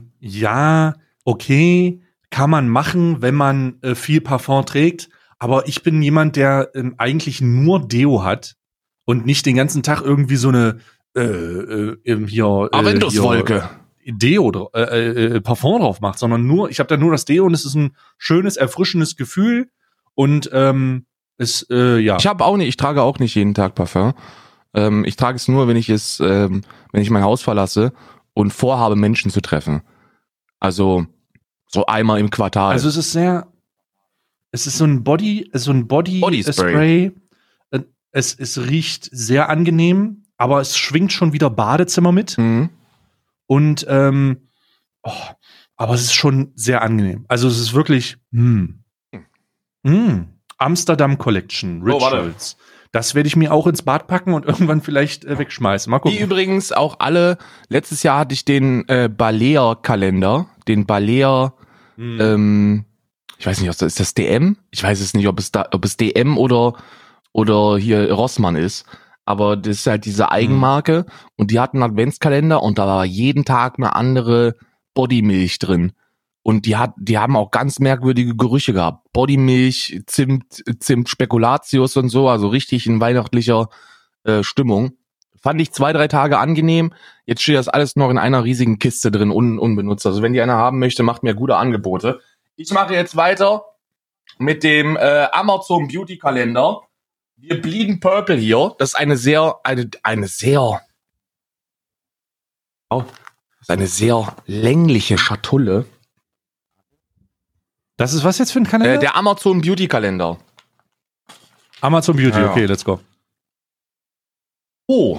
S1: okay, kann man machen, wenn man viel Parfum trägt, aber ich bin jemand, der eigentlich nur Deo hat und nicht den ganzen Tag irgendwie so eine
S2: Avendus-Wolke
S1: Deo Parfum drauf macht, sondern ich habe da nur das Deo und es ist ein schönes, erfrischendes Gefühl und ich
S2: trage auch nicht jeden Tag Parfum. Ich trage es nur, wenn ich mein Haus verlasse und vorhabe, Menschen zu treffen. Also so einmal im Quartal.
S1: Also es ist so ein Body Spray. Es riecht sehr angenehm, aber es schwingt schon wieder Badezimmer mit.
S2: Mhm.
S1: Und aber es ist schon sehr angenehm. Also es ist wirklich Amsterdam Collection Rituals. Das werde ich mir auch ins Bad packen und irgendwann vielleicht wegschmeißen. Mal gucken.
S2: Die übrigens auch alle, letztes Jahr hatte ich den Balea-Kalender, den Balea, ich weiß nicht, ist das DM? Ich weiß es nicht, ob es DM oder hier Rossmann ist. Aber das ist halt diese Eigenmarke und die hatten einen Adventskalender und da war jeden Tag eine andere Bodymilch drin. Und die haben auch ganz merkwürdige Gerüche gehabt. Bodymilch, Zimt, Spekulatius und so, also richtig in weihnachtlicher Stimmung. Fand ich 2-3 Tage angenehm. Jetzt steht das alles noch in einer riesigen Kiste drin, unbenutzt. Also wenn die einer haben möchte, macht mir gute Angebote. Ich mache jetzt weiter mit dem Amazon Beauty Kalender. Wir Bleeden Purple hier. Das ist eine sehr längliche Schatulle.
S1: Das ist was jetzt für ein Kalender?
S2: Der Amazon Beauty Kalender.
S1: Amazon Beauty, ja. Okay, let's go.
S2: Oh.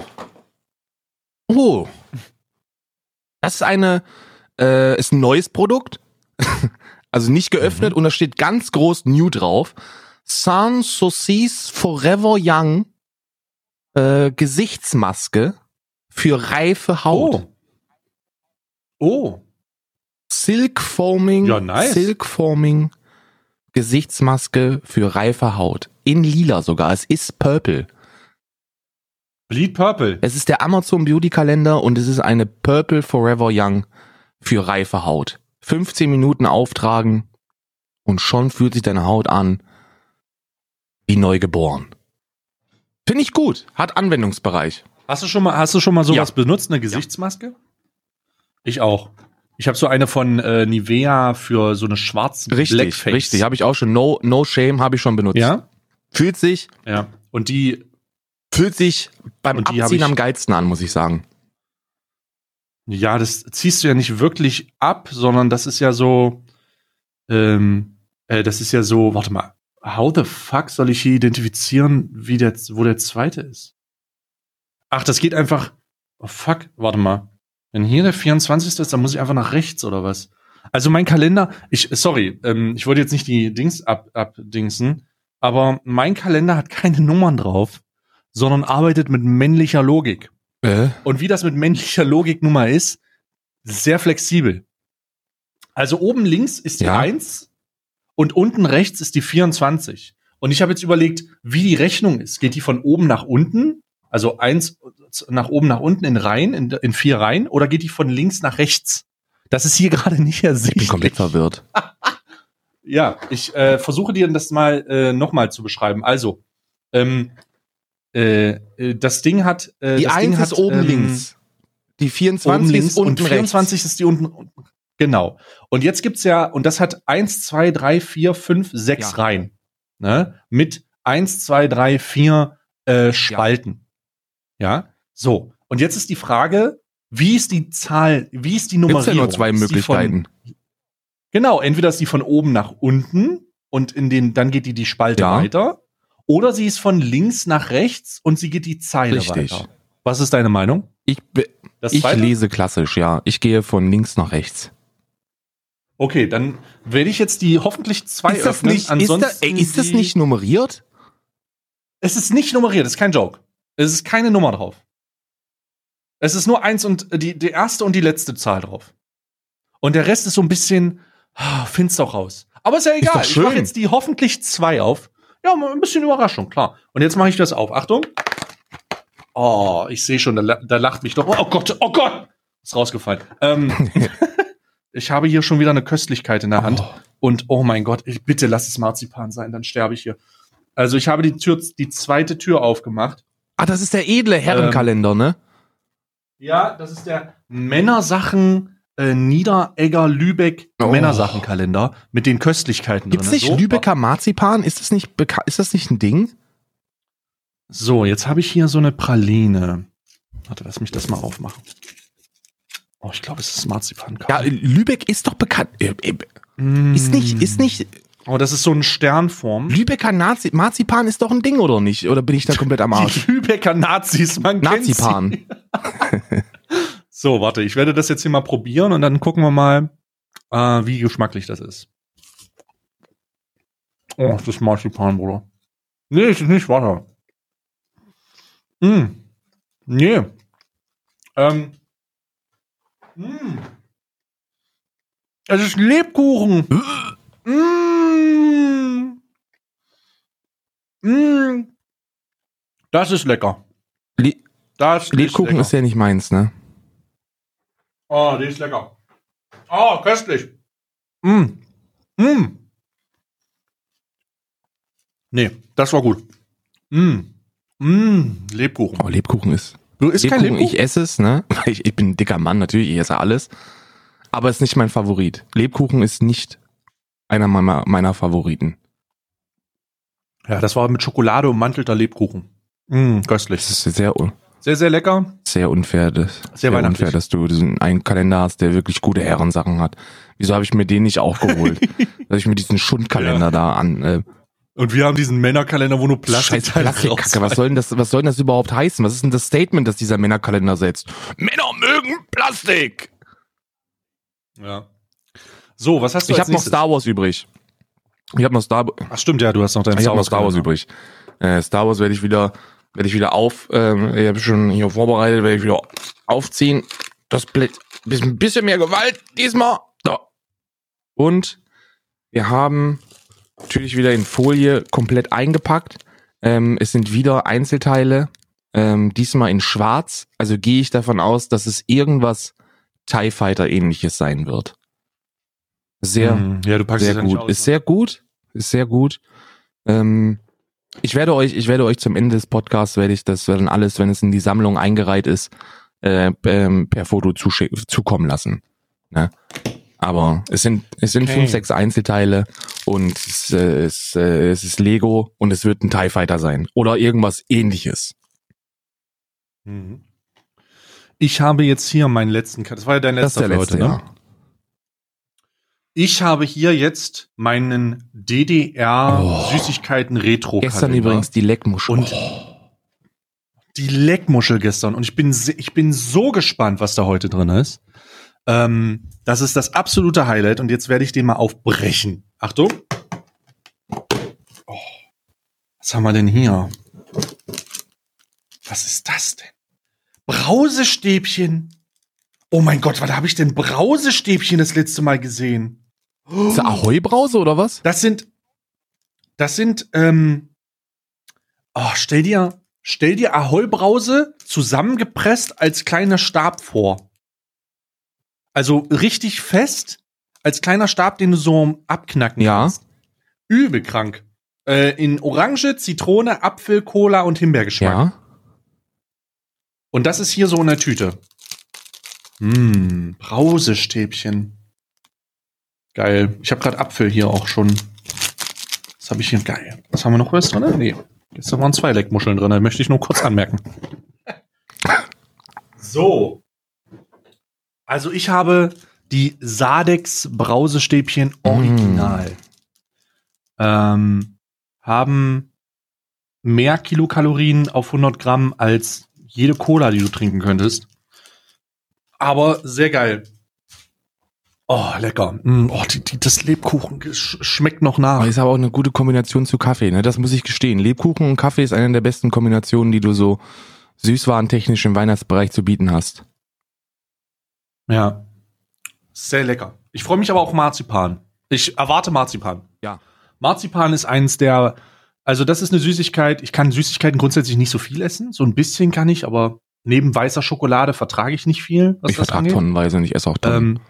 S2: Das ist ist ein neues Produkt. Also nicht geöffnet und da steht ganz groß New drauf. Sanssoucis Forever Young Gesichtsmaske für reife Haut.
S1: Oh.
S2: Silk Foaming,
S1: Ja, nice.
S2: Silk Foaming Gesichtsmaske für reife Haut. In lila sogar. Es ist purple.
S1: Bleed Purple.
S2: Es ist der Amazon Beauty Kalender und es ist eine Purple Forever Young für reife Haut. 15 Minuten auftragen und schon fühlt sich deine Haut an wie neu geboren. Finde ich gut. Hat Anwendungsbereich.
S1: Hast du schon mal sowas
S2: Ja.
S1: benutzt, eine Gesichtsmaske? Ich auch. Ich habe so eine von Nivea für so eine schwarze Blackface.
S2: Richtig. Habe ich auch schon. No Shame habe ich schon benutzt.
S1: Ja?
S2: Fühlt sich
S1: Ja. Und die
S2: beim
S1: Und die hab
S2: Abziehen
S1: ich-
S2: am geilsten an, muss ich sagen.
S1: Ja, das ziehst du ja nicht wirklich ab, sondern das ist ja so, warte mal, how the fuck soll ich hier identifizieren, wo der zweite ist? Ach, das geht einfach, oh fuck, warte mal. Wenn hier der 24. ist, dann muss ich einfach nach rechts oder was? Also mein Kalender, ich wollte jetzt nicht die Dings abdingsen, aber mein Kalender hat keine Nummern drauf, sondern arbeitet mit männlicher Logik. Und wie das mit männlicher Logik nun mal ist, sehr flexibel. Also oben links ist die
S2: Ja.
S1: 1 und unten rechts ist die 24. Und ich habe jetzt überlegt, wie die Rechnung ist. Geht die von oben nach unten, also 1 nach oben nach unten in Reihen, in 4 Reihen, oder geht die von links nach rechts? Das ist hier gerade nicht
S2: Ich bin
S1: ersichtlich.
S2: komplett verwirrt.
S1: Ja, ich versuche dir das mal nochmal zu beschreiben. Also, das Ding hat
S2: Die
S1: das
S2: 1
S1: Ding
S2: ist
S1: hat,
S2: oben links. Die 24
S1: oben links
S2: ist unten
S1: und 24
S2: rechts.
S1: ist die unten. Genau. Und jetzt gibt's ja, und das hat 1, 2, 3, 4, 5, 6
S2: Ja.
S1: Reihen. Ne? Mit 1, 2, 3, 4 Spalten. Ja. So. Und jetzt ist die Frage, wie ist die Zahl, wie ist die Nummerierung?
S2: Gibt's ja nur zwei
S1: Ist die von-
S2: Möglichkeiten.
S1: Genau, entweder ist die von oben nach unten und dann geht die Spalte
S2: Ja.
S1: weiter. Oder sie ist von links nach rechts und sie geht die Zeile
S2: Richtig.
S1: weiter. Was ist deine Meinung?
S2: Ich
S1: Das
S2: Ich
S1: zweite?
S2: lese klassisch, ja. Ich gehe von links nach rechts.
S1: Okay, dann werde ich jetzt die hoffentlich 2
S2: Ist das
S1: öffnen.
S2: nicht,
S1: Ansonsten
S2: ist das nicht nummeriert?
S1: Es ist nicht nummeriert, es ist kein Joke. Es ist keine Nummer drauf. Es ist nur 1 und die erste und die letzte Zahl drauf. Und der Rest ist so ein bisschen finster raus. Aber ist ja egal.
S2: doch
S1: Ich
S2: schön.
S1: mache jetzt die hoffentlich 2 auf. Ja, mal ein bisschen Überraschung, klar. Und jetzt mache ich das auf. Achtung. Oh, ich sehe schon, da lacht mich doch. Oh Gott, oh Gott! Ist rausgefallen. Ich habe hier schon wieder eine Köstlichkeit in der Hand. Und oh mein Gott, bitte lass es Marzipan sein, dann sterbe ich hier. Also ich habe die zweite Tür aufgemacht.
S2: Ah, das ist der edle Herrenkalender, ne?
S1: Ja, das ist der Männersachen Niederegger Lübeck
S2: Oh.
S1: Männersachenkalender mit den Köstlichkeiten
S2: Gibt's
S1: drin.
S2: nicht Lübecker Marzipan? Ist das nicht ein Ding?
S1: So, jetzt habe ich hier so eine Praline. Warte, lass mich das mal aufmachen. Oh, ich glaube, es ist Marzipan.
S2: Ja, Lübeck ist doch bekannt. Ist nicht
S1: Oh, das ist so eine Sternform.
S2: Lübecker Marzipan ist doch ein Ding, oder nicht? Oder bin ich da komplett am Arsch?
S1: Die Lübecker Nazis, man kennt sie.
S2: Nazipan.
S1: So, warte, ich werde das jetzt hier mal probieren und dann gucken wir mal, wie geschmacklich das ist. Oh, das ist Marzipan, Bruder. Nee, es ist nicht Wasser. Nee. Es ist Lebkuchen. Das ist lecker. Das
S2: Lebkuchen
S1: lecker.
S2: ist ja nicht meins, ne?
S1: Oh, die ist lecker. Oh, köstlich. Nee, das war gut. Lebkuchen.
S2: Oh, Lebkuchen ist.
S1: Du isst kein Lebkuchen?
S2: Ich esse es, ne? Ich bin ein dicker Mann, natürlich, ich esse alles. Aber es ist nicht mein Favorit. Lebkuchen ist nicht einer meiner Favoriten.
S1: Ja, das war mit Schokolade ummantelter Lebkuchen. Köstlich.
S2: Es ist sehr
S1: Sehr, sehr lecker.
S2: Sehr unfair,
S1: Sehr weihnachtlich.
S2: unfair, dass du einen Kalender hast, der wirklich gute Herrensachen hat. Wieso habe ich mir den nicht auch geholt? Dass ich mir diesen Schundkalender da an.
S1: Und wir haben diesen Männerkalender, wo nur Plastik
S2: Scheiß Plastikkacke. Was soll denn das überhaupt heißen? Was ist denn das Statement, das dieser Männerkalender setzt? Männer mögen Plastik!
S1: Ja. So, was hast du
S2: Ich
S1: als
S2: habe noch
S1: nächstes?
S2: Star Wars übrig.
S1: Ach stimmt, ja, du hast noch deinen
S2: Ich habe noch Star Wars
S1: Kalender.
S2: übrig. Star Wars werde ich wieder auf, ich habe schon hier vorbereitet, werde ich wieder aufziehen. Das Blitz, ein bisschen mehr Gewalt diesmal. So. Und wir haben natürlich wieder in Folie komplett eingepackt. Es sind wieder Einzelteile, diesmal in schwarz. Also gehe ich davon aus, dass es irgendwas TIE Fighter ähnliches sein wird. Sehr,
S1: ja, du packst
S2: sehr
S1: es ja nicht
S2: gut.
S1: aus,
S2: Ist sehr gut. Ist sehr gut. Ich werde euch zum Ende des Podcasts dann alles, wenn es in die Sammlung eingereiht ist, per Foto zukommen lassen. Ne? Aber es sind 5, 6 Einzelteile und es ist Lego und es wird ein TIE Fighter sein. Oder irgendwas ähnliches.
S1: Mhm. Ich habe jetzt hier meinen letzten, das war ja dein letzter für heute, ne?
S2: Ja.
S1: Ich habe hier jetzt meinen DDR-Süßigkeiten-Retro-Kalender.
S2: Gestern übrigens die Leckmuschel.
S1: Und die Leckmuschel gestern. Und ich bin so gespannt, was da heute drin ist. Das ist das absolute Highlight. Und jetzt werde ich den mal aufbrechen. Achtung. Oh, was haben wir denn hier? Was ist das denn? Brausestäbchen. Oh mein Gott, wann habe ich denn Brausestäbchen das letzte Mal gesehen?
S2: Ist das Ahoi-Brause oder was?
S1: Das sind, stell dir Ahoi-Brause zusammengepresst als kleiner Stab vor. Also richtig fest, als kleiner Stab, den du so abknacken kannst. Übel krank. In Orange, Zitrone, Apfel, Cola und Himbeergeschmack.
S2: Ja.
S1: Und das ist hier so in der Tüte. Brausestäbchen. Geil. Ich habe gerade Apfel hier auch schon. Was habe ich hier? Geil. Was haben wir noch was drin? Nee. Jetzt waren 2 Leckmuscheln drin. Da möchte ich nur kurz anmerken. So. Also ich habe die Sadex Brausestäbchen Original. Haben mehr Kilokalorien auf 100 Gramm als jede Cola, die du trinken könntest. Aber sehr geil. Oh, lecker. Das Lebkuchen schmeckt noch nach.
S2: Ist aber auch eine gute Kombination zu Kaffee, ne? Das muss ich gestehen. Lebkuchen und Kaffee ist eine der besten Kombinationen, die du so süßwarentechnisch im Weihnachtsbereich zu bieten hast.
S1: Ja. Sehr lecker. Ich freue mich aber auch Marzipan. Ich erwarte Marzipan.
S2: Ja.
S1: Marzipan ist eins der, also das ist eine Süßigkeit. Ich kann Süßigkeiten grundsätzlich nicht so viel essen. So ein bisschen kann ich, aber neben weißer Schokolade vertrage ich nicht viel, was
S2: ich
S1: das
S2: vertrage
S1: angeht.
S2: tonnenweise und ich esse auch Tonnen.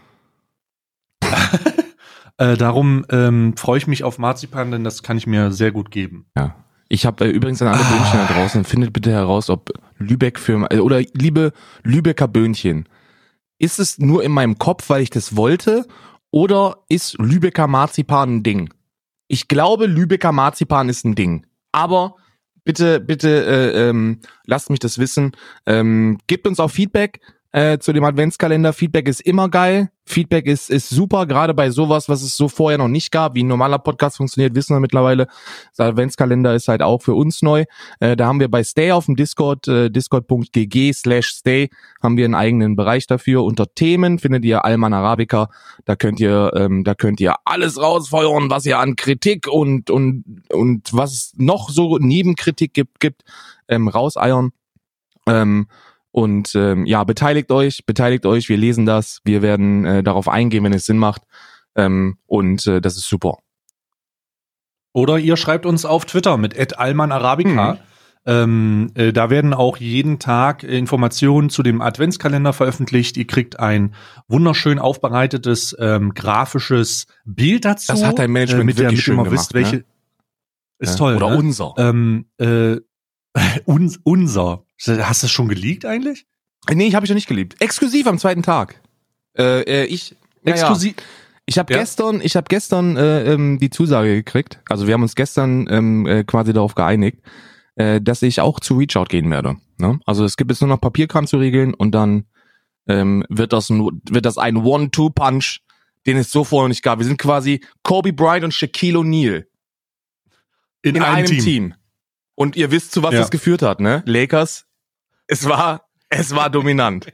S1: Darum freue ich mich auf Marzipan, denn das kann ich mir sehr gut geben.
S2: Ja. Ich habe übrigens an alle Böhnchen da draußen, findet bitte heraus, ob Lübeck oder liebe Lübecker Böhnchen, ist es nur in meinem Kopf, weil ich das wollte, oder ist Lübecker Marzipan ein Ding? Ich glaube, Lübecker Marzipan ist ein Ding. Aber bitte, lasst mich das wissen. Gebt uns auch Feedback zu dem Adventskalender. Feedback ist immer geil. Feedback ist super, gerade bei sowas, was es so vorher noch nicht gab. Wie ein normaler Podcast funktioniert, wissen wir mittlerweile. Der Adventskalender ist halt auch für uns neu. Da haben wir bei Stay auf dem Discord, discord.gg/stay, haben wir einen eigenen Bereich dafür. Unter Themen findet ihr Alman Arabica. Da könnt ihr alles rausfeuern, was ihr an Kritik und was es noch so Nebenkritik gibt, rauseiern. Beteiligt euch, wir lesen das, wir werden darauf eingehen, wenn es Sinn macht, das ist super.
S1: Oder ihr schreibt uns auf Twitter mit @almanarabica. Da werden auch jeden Tag Informationen zu dem Adventskalender veröffentlicht. Ihr kriegt ein wunderschön aufbereitetes grafisches Bild dazu.
S2: Das hat dein Management wirklich schön gemacht,
S1: wisst, welche,
S2: ne?
S1: Ist toll,
S2: oder
S1: ne?
S2: unser.
S1: Unser. Hast du das schon geleakt eigentlich?
S2: Nee, habe ich noch nicht geleakt. Exklusiv am zweiten Tag.
S1: Exklusiv.
S2: Ich habe gestern die Zusage gekriegt. Also wir haben uns gestern quasi darauf geeinigt, dass ich auch zu Reachout gehen werde. Ne? Also es gibt jetzt nur noch Papierkram zu regeln und dann wird das ein One-Two-Punch, den es so vorher nicht gab. Wir sind quasi Kobe Bryant und Shaquille O'Neal in einem Team. Und ihr wisst, zu was das geführt hat, ne? Lakers. Es war dominant.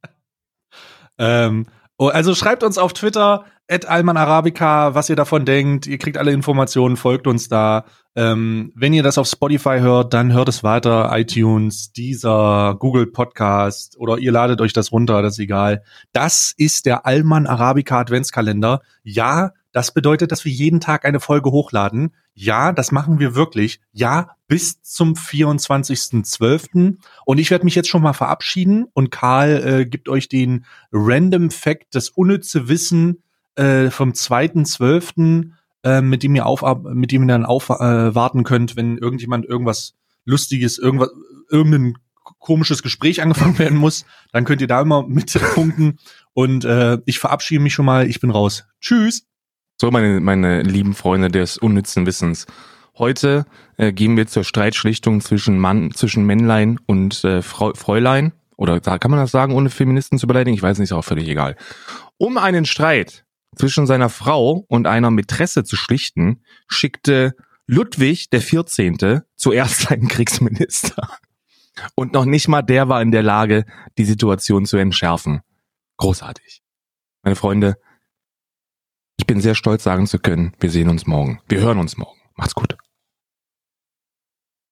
S1: Also schreibt uns auf Twitter @almanarabica, was ihr davon denkt. Ihr kriegt alle Informationen, folgt uns da. Wenn ihr das auf Spotify hört, dann hört es weiter. iTunes, Deezer, Google Podcast oder ihr ladet euch das runter, das ist egal. Das ist der Alman Arabica Adventskalender. Ja, Das bedeutet, dass wir jeden Tag eine Folge hochladen. Ja, das machen wir wirklich. Ja, bis zum 24.12. Und ich werde mich jetzt schon mal verabschieden und Karl gibt euch den Random Fact, das unnütze Wissen vom 2.12., mit dem ihr dann warten könnt, wenn irgendjemand irgendwas Lustiges, irgendein komisches Gespräch angefangen werden muss, dann könnt ihr da immer mit punkten. Und ich verabschiede mich schon mal. Ich bin raus. Tschüss.
S2: So, meine lieben Freunde des unnützen Wissens. Heute gehen wir zur Streitschlichtung zwischen Männlein und Fräulein. Oder kann man das sagen, ohne Feministen zu beleidigen? Ich weiß nicht, ist auch völlig egal. Um einen Streit zwischen seiner Frau und einer Mätresse zu schlichten, schickte Ludwig der 14. zuerst seinen Kriegsminister. Und noch nicht mal der war in der Lage, die Situation zu entschärfen. Großartig. Meine Freunde, ich bin sehr stolz, sagen zu können, wir hören uns morgen. Macht's gut.